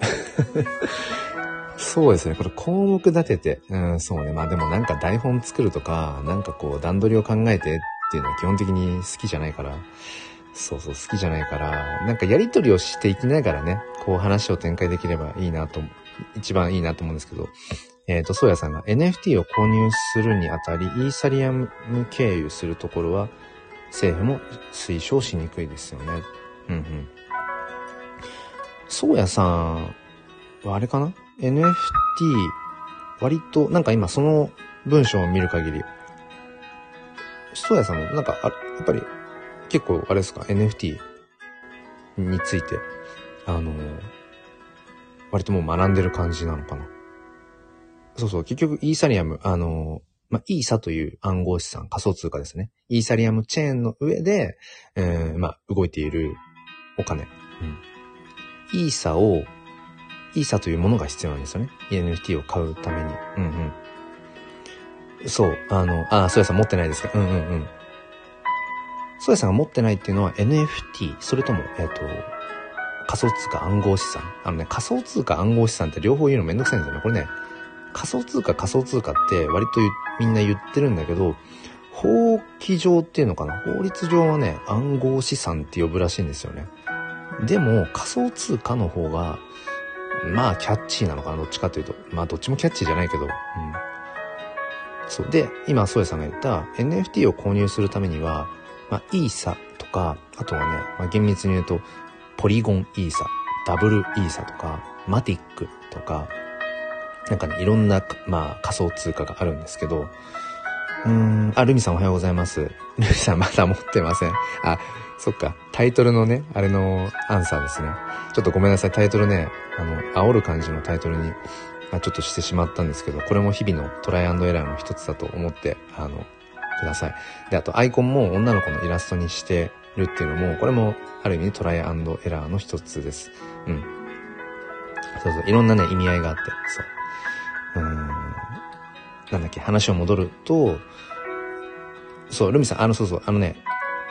そうですね。これ項目立てて、うん、そうね。まあでもなんか台本作るとか、なんかこう段取りを考えてっていうのは基本的に好きじゃないから、そうそう好きじゃないから、なんかやりとりをしていきながらね、こう話を展開できればいいなと、一番いいなと思うんですけど、えっと、そうやさんが エヌエフティー を購入するにあたり、イーサリアム経由するところは、政府も推奨しにくいですよね。うんうん。そうやさんはあれかな ?エヌエフティー、割と、なんか今その文章を見る限り、そうやさんもなんかあ、やっぱり結構あれですか エヌエフティー について、あのー、割ともう学んでる感じなのかな。そうそう、結局イーサリアム、あのー、まあ、イーサという暗号資産、仮想通貨ですね。イーサリアムチェーンの上で、えー、まあ、動いているお金。うん。イーサを、イーサというものが必要なんですよね。エヌエフティー を買うために。うんうん。そう、あの、あ、そうやさん持ってないですか？うんうんうん。そうやさんが持ってないっていうのは エヌエフティー、それとも、えっと、仮想通貨暗号資産。あのね、仮想通貨暗号資産って両方言うのめんどくさいんですよね。これね、仮想通貨仮想通貨って割とみんな言ってるんだけど、法規上っていうのかな、法律上はね、暗号資産って呼ぶらしいんですよね。でも仮想通貨の方がまあキャッチーなのかな、どっちかというと。まあどっちもキャッチーじゃないけど、うん。そうで、今ソエさんが言った エヌエフティー を購入するためには、まあイーサとか、あとはね、まあ、厳密に言うとポリゴンイーサ、ダブルイーサとか、マティックとか、なんかね、いろんな、まあ、仮想通貨があるんですけど、うーん、あ、ルミさんおはようございます。ルミさんまだ持ってません。あ、そっか、タイトルのね、あれのアンサーですね。ちょっとごめんなさい、タイトルね、あの、煽る感じのタイトルに、まあ、ちょっとしてしまったんですけど、これも日々のトライアンドエラーの一つだと思って、あの、ください。で、あとアイコンも女の子のイラストにしてるっていうのも、これもある意味トライアンドエラーの一つです。うん。そうそう、いろんなね、意味合いがあって、そう。うーん、なんだっけ、話を戻ると、そう、ルミさん、あの、そうそう、あのね、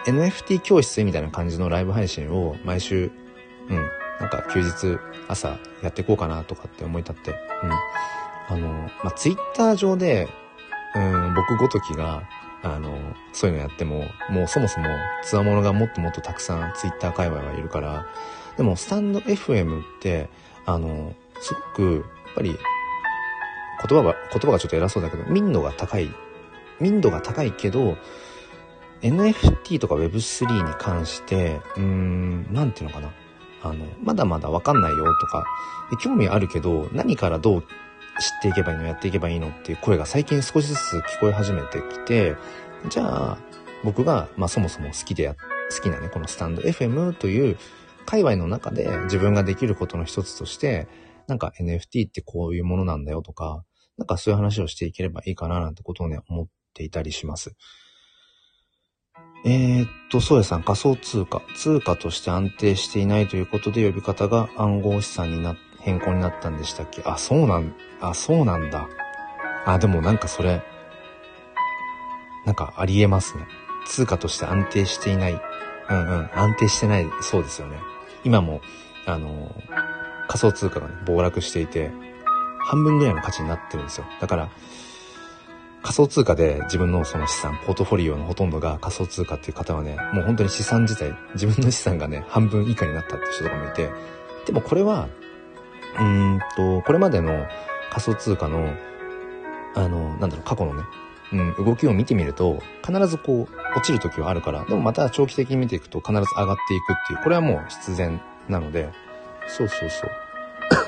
エヌエフティー 教室みたいな感じのライブ配信を毎週、うん、なんか休日朝やっていこうかなとかって思い立って、うん。あの、まあ、ツイッター上で、うん、僕ごときが、あの、そういうのやっても、もうそもそもつわものがもっともっとたくさんツイッター界隈はいるから、でもスタンド エフエム って、あの、すごく、やっぱり、言葉は、言葉がちょっと偉そうだけど、民度が高い、民度が高いけど、エヌエフティー とか ウェブスリー に関して、うーん、なんていうのかな。あの、まだまだわかんないよとか、興味あるけど、何からどう知っていけばいいの、やっていけばいいのっていう声が最近少しずつ聞こえ始めてきて、じゃあ、僕が、まあそもそも好きでや、好きなね、このスタンド エフエム という界隈の中で自分ができることの一つとして、なんか エヌエフティー ってこういうものなんだよとか、なんかそういう話をしていければいいかななんてことをね、思っていたりします。えー、っと、そうやさん、仮想通貨。通貨として安定していないということで呼び方が暗号資産にな、変更になったんでしたっけ？あ、そうなん、あ、そうなんだ。あ、でもなんかそれ、なんかありえますね。通貨として安定していない。うんうん、安定してない。そうですよね。今も、あの、仮想通貨がね、暴落していて、半分ぐらいの価値になってるんですよ。だから、仮想通貨で自分のその資産、ポートフォリオのほとんどが仮想通貨っていう方はね、もう本当に資産自体、自分の資産がね、半分以下になったっていう人とかもいて、でもこれは、うーんと、これまでの仮想通貨の、あの、なんだろう、過去のね、うん、動きを見てみると、必ずこう、落ちる時はあるから、でもまた長期的に見ていくと必ず上がっていくっていう、これはもう必然なので、そうそうそう。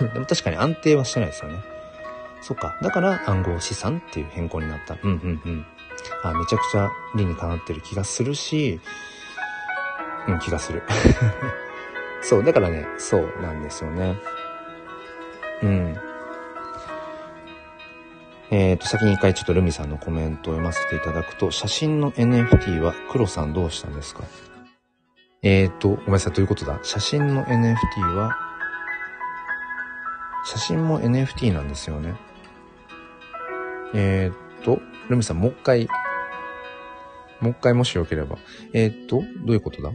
でも確かに安定はしてないですよね。そっか。だから暗号資産っていう変更になった。うんうんうん。あ、めちゃくちゃ理にかなってる気がするし、うん、気がする。そう、だからね、そうなんですよね。うん。えーと、先に一回ちょっとルミさんのコメントを読ませていただくと、写真の エヌエフティー は黒さんどうしたんですか？えーと、ごめんなさい、どういうことだ？写真の エヌエフティー は、写真も エヌエフティー なんですよね。えーと、ルミさんもう一回、もう一回もしよければ。えーと、どういうことだ？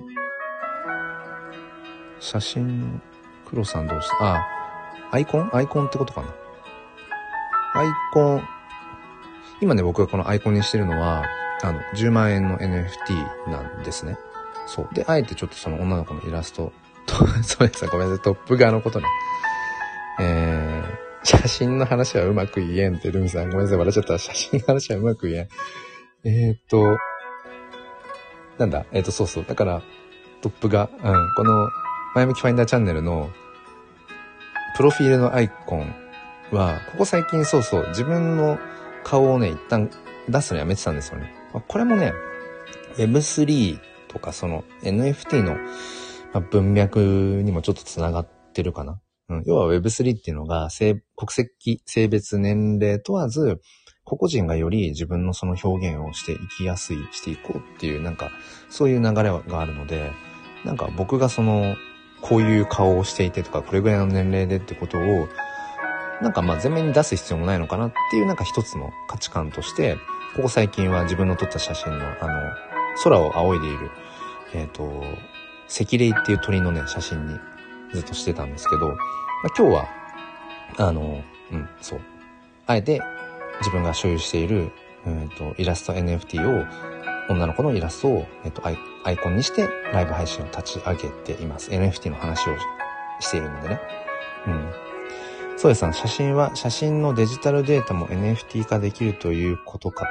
写真、黒さんどうした？あ、アイコン？アイコンってことかな？アイコン、今ね、僕がこのアイコンにしてるのは、あの、じゅうまんえんの エヌエフティー なんですね。そう。で、あえてちょっとその女の子のイラスト、そうです。ごめんなさい、トップ側のことね。えー、写真の話はうまく言えんって、ルミさんごめんなさい、笑っちゃった。写真の話はうまく言えん。えーっと、なんだ、えーっと、そうそう。だから、トップが、うん、この、前向きファインダーチャンネルの、プロフィールのアイコンは、ここ最近そうそう、自分の顔をね、一旦出すのやめてたんですよね。これもね、ウェブスリー とかその エヌエフティー の文脈にもちょっとつながってるかな。うん、要は ウェブスリー っていうのが、性国籍、性別、年齢問わず、個々人がより自分のその表現をしていきやすい、していこうっていう、なんか、そういう流れがあるので、なんか僕がその、こういう顔をしていてとか、これぐらいの年齢でってことを、なんかまあ前面に出す必要もないのかなっていうなんか一つの価値観として、ここ最近は自分の撮った写真の、あの、空を仰いでいる、えっと、赤霊っていう鳥のね、写真にずっとしてたんですけど、まあ、今日は、あの、うん、そう。あえて自分が所有している、うんと、イラスト エヌエフティー を、女の子のイラストを、えっと、アイ、アイコンにしてライブ配信を立ち上げています。エヌエフティー の話をしているのでね。うん。そうです。写真は、写真のデジタルデータも エヌエフティー 化できるということかと。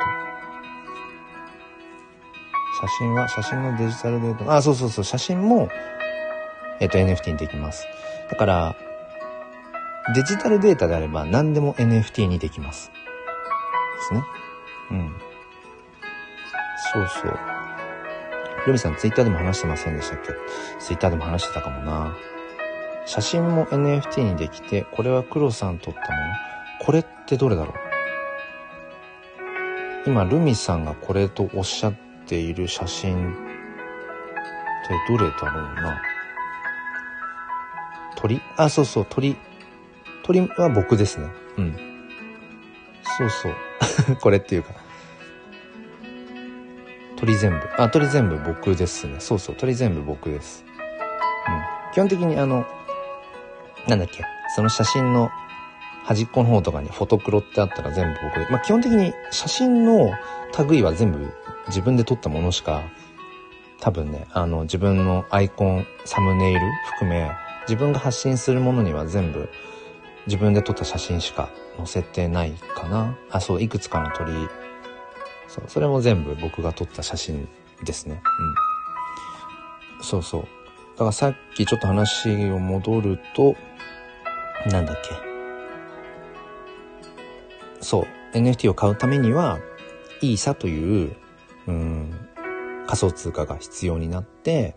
写真は、写真のデジタルデータも、あ、そうそうそう、写真も、えっと、エヌエフティー にできます。だから、デジタルデータであれば何でも エヌエフティー にできます。ですね。うん。そうそう。ルミさん、ツイッターでも話してませんでしたっけ？ツイッターでも話してたかもな。写真も エヌエフティー にできて、これは黒さん撮ったもの。これってどれだろう？今、ルミさんがこれとおっしゃっている写真ってどれだろうな。鳥？あ、そうそう、鳥。鳥は僕ですね。うん。そうそう。これっていうか。 鳥全部。あ、鳥全部僕ですね。そうそう、鳥全部僕です。うん。基本的にあの、なんだっけ、その写真の端っこの方とかにフォトクロってあったら全部僕で。まあ基本的に写真の類は全部自分で撮ったものしか、多分ね、あの自分のアイコン、サムネイル含め、自分が発信するものには全部自分で撮った写真しか載せてないかな。あ、そう、いくつかの鳥。そう、それも全部僕が撮った写真ですね。うん。そうそう。だからさっきちょっと話を戻ると、なんだっけ。そう、エヌエフティー を買うためには、イーサという、うーん、仮想通貨が必要になって、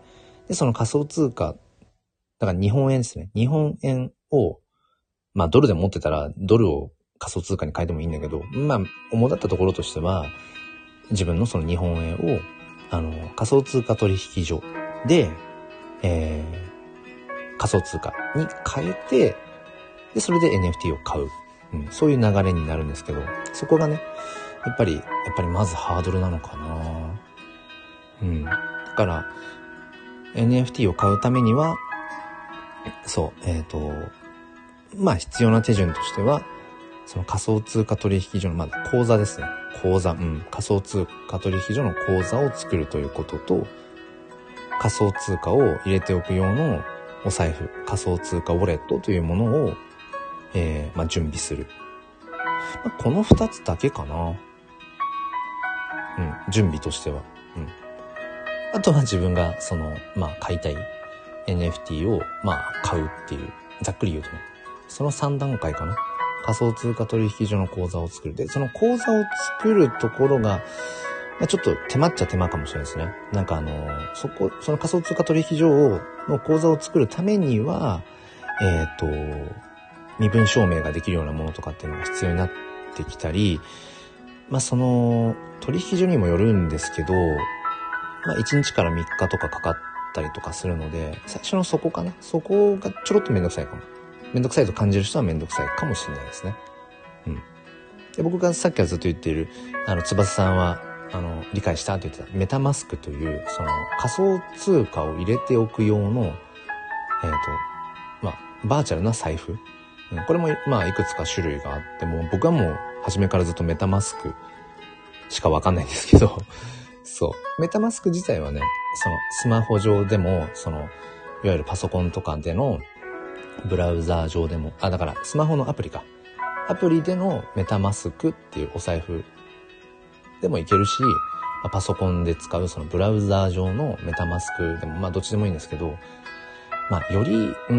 で、その仮想通貨、だから日本円ですね。日本円を、まあドルで持ってたら、ドルを仮想通貨に変えてもいいんだけど、まあ、主だったところとしては、自分のその日本円を、あの、仮想通貨取引所で、えー、仮想通貨に変えて、で、それで エヌエフティー を買う。うん、そういう流れになるんですけど、そこがね、やっぱり、やっぱりまずハードルなのかな。うん。だから、エヌエフティー を買うためには、そう、えっと、まあ必要な手順としては、その仮想通貨取引所の、まず口座ですね。口座、うん。仮想通貨取引所の口座を作るということと、仮想通貨を入れておく用のお財布、仮想通貨ウォレットというものを、えー、まあ準備する。まあ、この二つだけかな。うん、準備としては。うん。あとは自分が、その、まあ買いたい エヌエフティー を、まあ買うっていう、ざっくり言うとね。そのさん段階かな。仮想通貨取引所の口座を作る。で、その口座を作るところが、ちょっと手間っちゃ手間かもしれないですね。なんかあの、そこ、その仮想通貨取引所の口座を作るためには、えっと、身分証明ができるようなものとかっていうのが必要になってきたり、まあその、取引所にもよるんですけど、まあいちにちからみっかとかかかったりとかするので、最初のそこかな。そこがちょろっとめんどくさいかも。めんどくさいと感じる人はめんどくさいかもしれないですね。うん。で、僕がさっきからずっと言っている、あの、翼さんは、あの、理解したって言ってた、メタマスクという、その、仮想通貨を入れておく用の、えっと、まあ、バーチャルな財布。うん、これも、まあ、いくつか種類があって、もう僕はもう、初めからずっとメタマスクしかわかんないんですけど、そう。メタマスク自体はね、その、スマホ上でも、その、いわゆるパソコンとかでの、ブラウザー上でも、あ、だから、スマホのアプリか。アプリでのメタマスクっていうお財布でもいけるし、パソコンで使うそのブラウザー上のメタマスクでも、まあどっちでもいいんですけど、まあより、うん、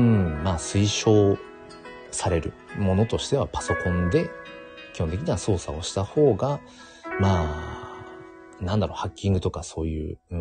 まあ推奨されるものとしてはパソコンで基本的には操作をした方が、まあ、なんだろう、ハッキングとかそういう、うん、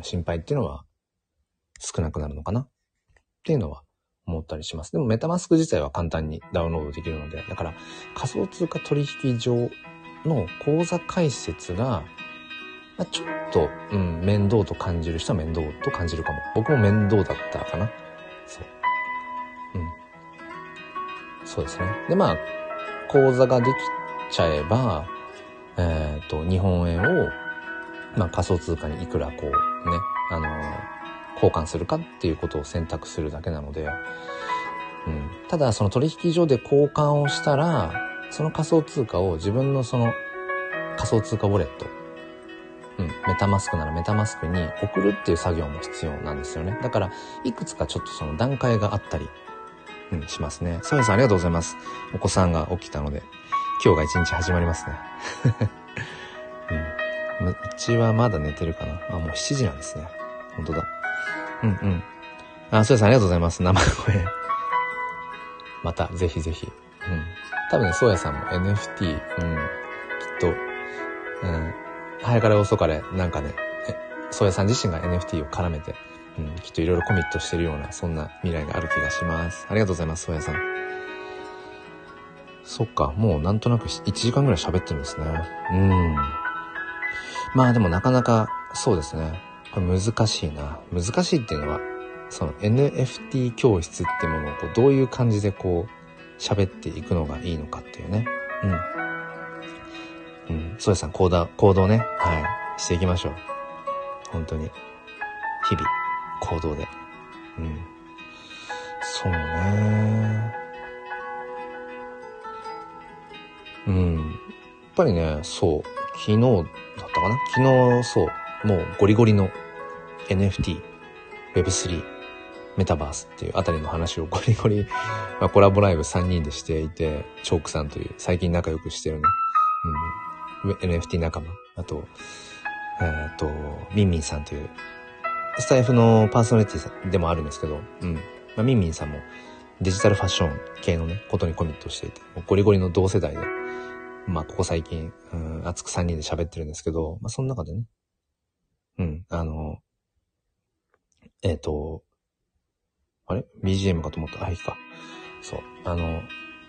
心配っていうのは少なくなるのかなっていうのは思ったりします。でもメタマスク自体は簡単にダウンロードできるので、だから仮想通貨取引所の口座開設が、まあ、ちょっと、うん、面倒と感じる人は面倒と感じるかも。僕も面倒だったかな。そう。うん。そうですね。で、まあ、口座ができちゃえば、えっと、日本円を、まあ仮想通貨にいくらこう、ね、あのー、交換するかっていうことを選択するだけなので、うん。ただ、その取引所で交換をしたら、その仮想通貨を自分のその仮想通貨ウォレット、うん、メタマスクならメタマスクに送るっていう作業も必要なんですよね。だから、いくつかちょっとその段階があったり、うん、しますね。ソヤさんありがとうございます。お子さんが起きたので、今日が一日始まりますね。うん。うちはまだ寝てるかな。あ、もうしちじなんですね。本当だ。うんうん。あ、ソヤさんありがとうございます。生声。また、ぜひぜひ。うん。多分ね、ソヤさんも エヌエフティー、うん。きっと、うん。早かれ遅かれ、なんかね、ソヤさん自身が エヌエフティー を絡めて、うん、きっといろいろコミットしてるような、そんな未来がある気がします。ありがとうございます、ソヤさん。そっか、もうなんとなくいちじかんぐらい喋ってるんですね。うん。まあでもなかなか、そうですね。これ難しいな。難しいっていうのは、その エヌエフティー 教室ってものをこうどういう感じでこう、喋っていくのがいいのかっていうね。うん。うん。ソヤさん、行動、行動ね。はい。していきましょう。 本当に。日々、行動で。うん。そうね。うん。やっぱりね、そう。昨日だったかな昨日、そう。もうゴリゴリの エヌエフティー、ウェブスリー、メタバースっていうあたりの話をゴリゴリ、まあ、コラボライブさんにんでしていて、チョークさんという最近仲良くしてるね。うん。エヌエフティー 仲間。あと、えっと、ミンミンさんという、スタイフのパーソナリティでもあるんですけど、うん。まあ、ミンミンさんもデジタルファッション系のね、ことにコミットしていて、もうゴリゴリの同世代で、まあ、ここ最近、うん、熱くさんにんで喋ってるんですけど、まあ、その中でね、うん、あの、えっと、あれ ?ビージーエム かと思った。あ、いいか。そう、あの、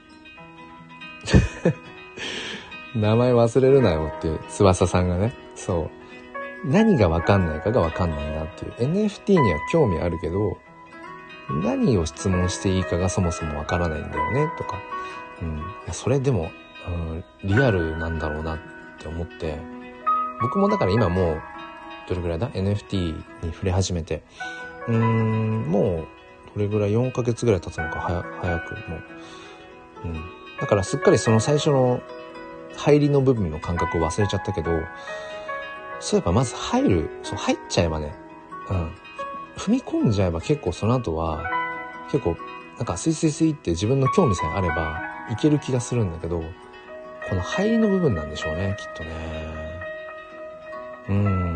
名前忘れるなよっていう、翼さんがね、そう、何がわかんないかがわかんないなっていう。エヌエフティー には興味あるけど、何を質問していいかがそもそもわからないんだよね、とか。うん。いや、それでも、うん、リアルなんだろうなって思って、僕もだから今もう、どれぐらいだ エヌエフティー に触れ始めて、うーん、もう、どれぐらいよんかげつぐらい経つのか、はや、早くもう。うん。だからすっかりその最初の入りの部分の感覚を忘れちゃったけど、そういえばまず入る、そう、入っちゃえばね、うん。踏み込んじゃえば結構その後は、結構、なんかスイスイスイって自分の興味さえあればいける気がするんだけど、この入りの部分なんでしょうね、きっとね。うーん。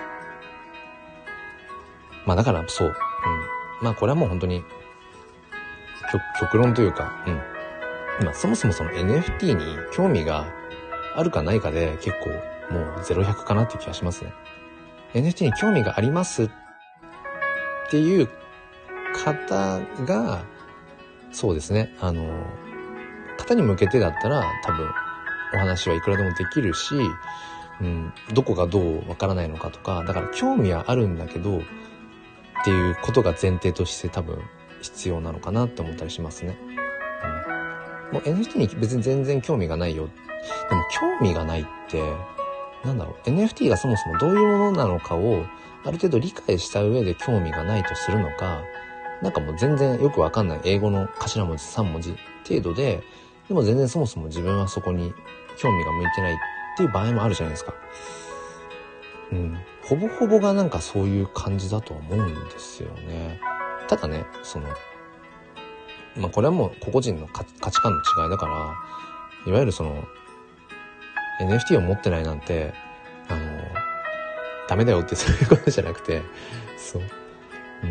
まあだからそう。うん。まあこれはもう本当に、極、極論というか、うん。まあそもそもその エヌエフティー に興味があるかないかで結構もうゼロひゃくかなっていう気がしますね。エヌエフティー に興味がありますっていう方が、そうですね、あの、方に向けてだったら多分お話はいくらでもできるし、うん、どこがどうわからないのかとか、だから興味はあるんだけどっていうことが前提として多分必要なのかなって思ったりしますね。うん、もう エヌエフティー に別に全然興味がないよ。でも興味がないって、なんだろう、エヌエフティー がそもそもどういうものなのかをある程度理解した上で興味がないとするのか、なんかもう全然よくわかんない英語の頭文字さん文字程度で、でも全然そもそも自分はそこに興味が向いてないっていう場合もあるじゃないですか。うん。ほぼほぼがなんかそういう感じだと思うんですよね。ただね、その、まあこれはもう個々人の価値観の違いだから、いわゆるその、エヌエフティー を持ってないなんて、あの、ダメだよってそういうことじゃなくて、そう。うん。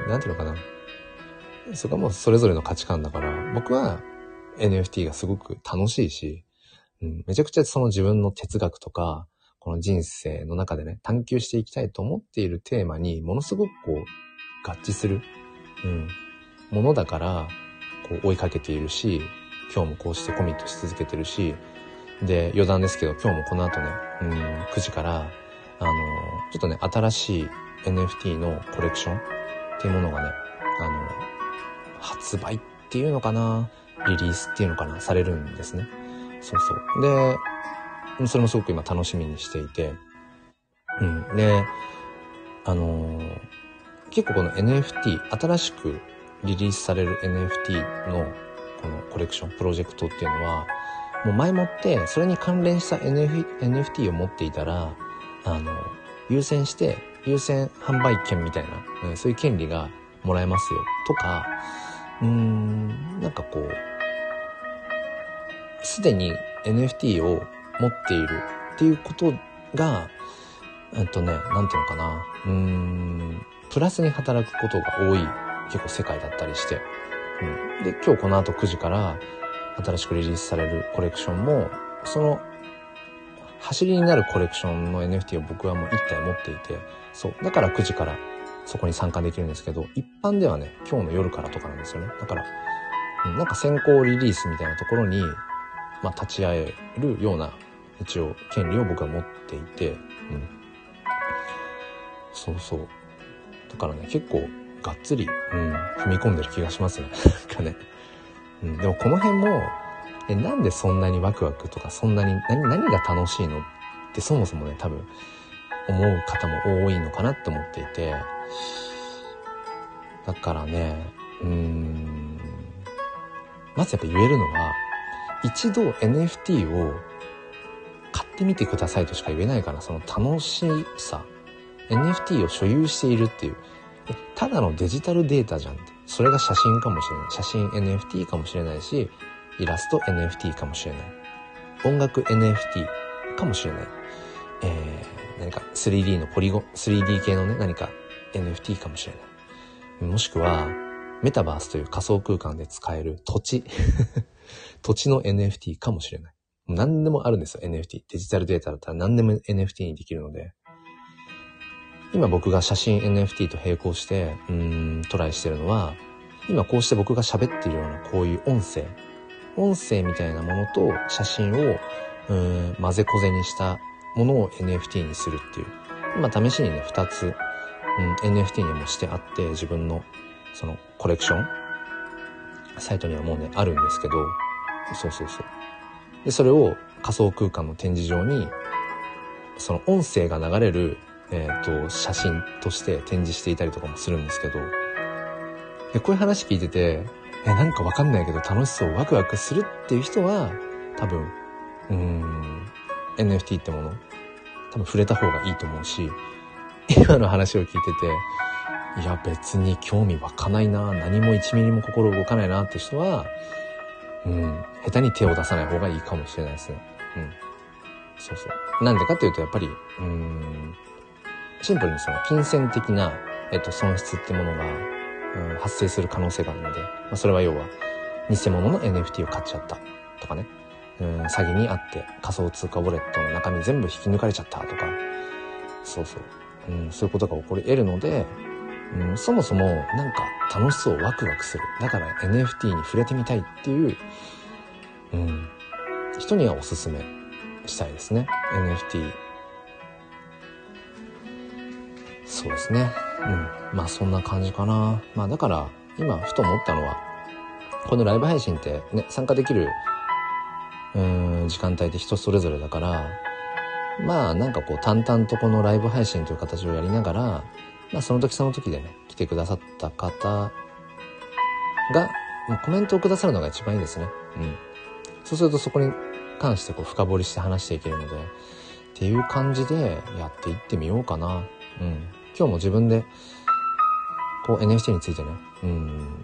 なんていうのかな。そこはもうそれぞれの価値観だから、僕は エヌエフティー がすごく楽しいし、うん、めちゃくちゃその自分の哲学とか、この人生の中でね、探求していきたいと思っているテーマにものすごくこう、合致する、うん、ものだから、こう追いかけているし、今日もこうしてコミットし続けてるし、で、余談ですけど、今日もこの後ね、うん、くじから、あの、ちょっとね、新しい エヌエフティー のコレクションっていうものがね、あの、発売っていうのかな、リリースっていうのかな、されるんですね。そうそう。で、それもすごく今楽しみにしていて、うん。で、あのー、結構この エヌエフティー、新しくリリースされる エヌエフティー のこのコレクション、プロジェクトっていうのは、もう前もってそれに関連した エヌエフティー を持っていたら、あの、優先して、優先販売権みたいな、うん、そういう権利がもらえますよ、とか、うーん、なんかこう、すでに エヌエフティー を持っているっていうことが、えっとね、なんていうのかな、うーん、プラスに働くことが多い結構世界だったりして、うん、で、今日この後くじから新しくリリースされるコレクションも、その走りになるコレクションの エヌエフティー を僕はもう一体持っていて、そう、だからくじからそこに参加できるんですけど、一般ではね、今日の夜からとかなんですよね。だから、うん、なんか先行リリースみたいなところに、まあ、立ち会えるような一応権利を僕は持っていて、うん、そうそう。だからね、結構がっつり、うん、踏み込んでる気がしますね。なんかね、うん。でもこの辺も、え、なんでそんなにワクワクとか、そんなに何、何が楽しいのってそもそもね、多分、 思う方も多いのかなって思っていて、だからね、うーん、まずやっぱ言えるのは、一度 エヌエフティー を買ってみてくださいとしか言えないから、その楽しさ、エヌエフティー を所有しているっていう、ただのデジタルデータじゃんって。それが写真かもしれない。写真 エヌエフティー かもしれないし、イラスト エヌエフティー かもしれない。音楽 エヌエフティー かもしれない。えー、何か スリーディー のポリゴン、スリーディー 系のね、何か エヌエフティー かもしれない。もしくは、メタバースという仮想空間で使える土地。土地の エヌエフティー かもしれない。何でもあるんですよ、エヌエフティー。デジタルデータだったら何でも エヌエフティー にできるので。今僕が写真 エヌエフティー と並行して、うーん、トライしてるのは、今こうして僕が喋っているようなこういう音声。音声みたいなものと写真を、うーん、混ぜこぜにしたものを エヌエフティー にするっていう。今試しにね、二つ、うん、エヌエフティー にもしてあって、自分のそのコレクションサイトにはもうね、あるんですけど、そうそうそう。で、それを仮想空間の展示場に、その音声が流れる、えっと、写真として展示していたりとかもするんですけど、で、こういう話聞いてて、え、なんかわかんないけど楽しそう、ワクワクするっていう人は、多分、うーん、エヌエフティー ってもの、多分触れた方がいいと思うし、今の話を聞いてて、いや別に興味湧かないな、何もいちミリも心動かないなって人は、うん、下手に手を出さない方がいいかもしれないですね。うん。そうそう。なんでかっていうと、やっぱり、うーん、シンプルにその金銭的な、えっと、損失ってものが、うん、発生する可能性があるので、まあ、それは要は、偽物の エヌエフティー を買っちゃったとかね、うん、詐欺にあって仮想通貨ウォレットの中身全部引き抜かれちゃったとか、そうそう、うん、そういうことが起こり得るので、うん、そもそもなんか楽しそう、ワクワクする。だから エヌエフティー に触れてみたいっていう、うん、人にはおすすめしたいですね。エヌエフティー。そうですね。うん。まあそんな感じかな。まあだから今ふと思ったのは、このライブ配信ってね、参加できるうーん時間帯って人それぞれだから、まあなんかこう淡々とこのライブ配信という形をやりながら、まあその時その時でね、来てくださった方がコメントをくださるのが一番いいですね。うん。そうするとそこに関してこう深掘りして話していけるので、っていう感じでやっていってみようかな。うん。今日も自分でこう エヌエフティー についてね、うん、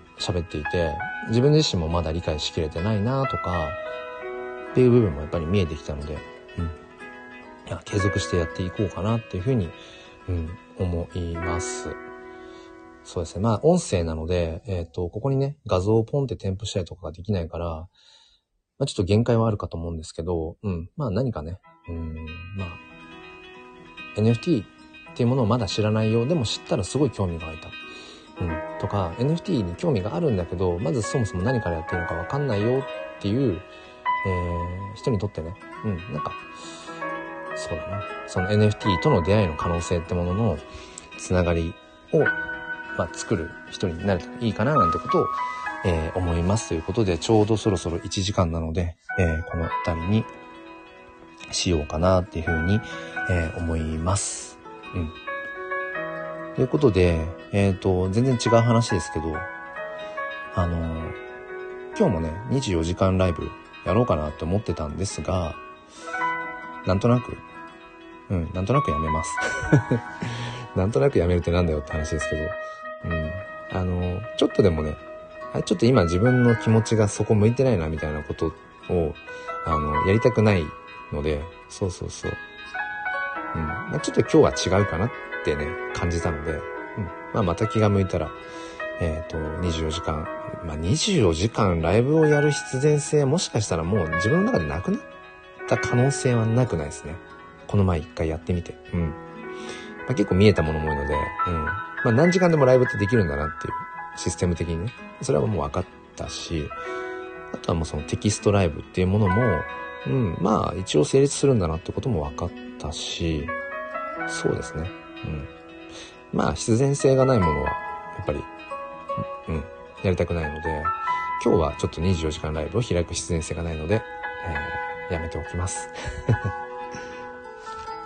喋っていて、自分自身もまだ理解しきれてないなとかっていう部分もやっぱり見えてきたので、うん、いや継続してやっていこうかなっていうふうに、うん、思います。そうですね。まあ音声なので、えっとここにね画像をポンって添付したりとかができないから、まあ、ちょっと限界はあるかと思うんですけど、うん、まあ何かね、うん、まあ エヌエフティー っていうものをまだ知らないようでも知ったらすごい興味が湧いた。うん、とか エヌエフティー に興味があるんだけど、まずそもそも何からやっていいのか分かんないよっていう、えー、人にとってね、うん、なんかそうだな、その エヌエフティー との出会いの可能性ってもののつながりを、まあ、作る人になるといいかななんてことを、えー、思いますということで、ちょうどそろそろいちじかんなので、えー、この辺りにしようかなっていうふうに、えー、思います。うん。ということで、えっと、全然違う話ですけど、あのー、今日もね、にじゅうよじかんライブやろうかなって思ってたんですが、なんとなく、うん、なんとなくやめます。なんとなくやめるってなんだよって話ですけど、うん、あのー、ちょっとでもね、ちょっと今自分の気持ちがそこ向いてないなみたいなことを、あの、やりたくないので、そうそうそう。うん、まあ、ちょっと今日は違うかなってね、感じたので、うん、まあまた気が向いたら、えっと、にじゅうよじかん、まあにじゅうよじかんライブをやる必然性、もしかしたらもう自分の中でなくなった可能性はなくないですね。この前一回やってみて。うん。まあ、結構見えたものも多いので、うん。まあ何時間でもライブってできるんだなっていう、システム的にね。それはもう分かったし、あとはもうそのテキストライブっていうものも、うん、まあ一応成立するんだなってことも分かったし、そうですね。うん。まあ必然性がないものは、やっぱり、うん、やりたくないので、今日はちょっとにじゅうよじかんライブを開く必然性がないので、えー、やめておきます。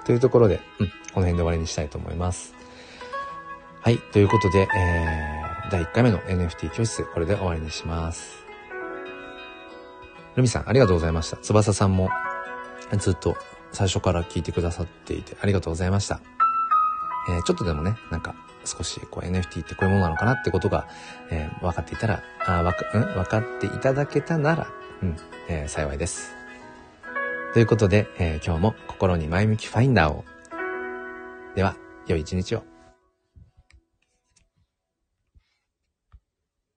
というところで、うん、この辺で終わりにしたいと思います。はい、ということで、えー、だいいっかいめの エヌエフティー 教室、これで終わりにします。ルミさん、ありがとうございました。翼さんもずっと最初から聞いてくださっていてありがとうございました。えー、ちょっとでもね、なんか少しこう エヌエフティー ってこういうものなのかなってことが、えー、分かっていたら、あ、わか、うん、分かっていただけたなら、うん、えー、幸いです。ということで、えー、今日も心に前向きファインダーを。では、良い一日を。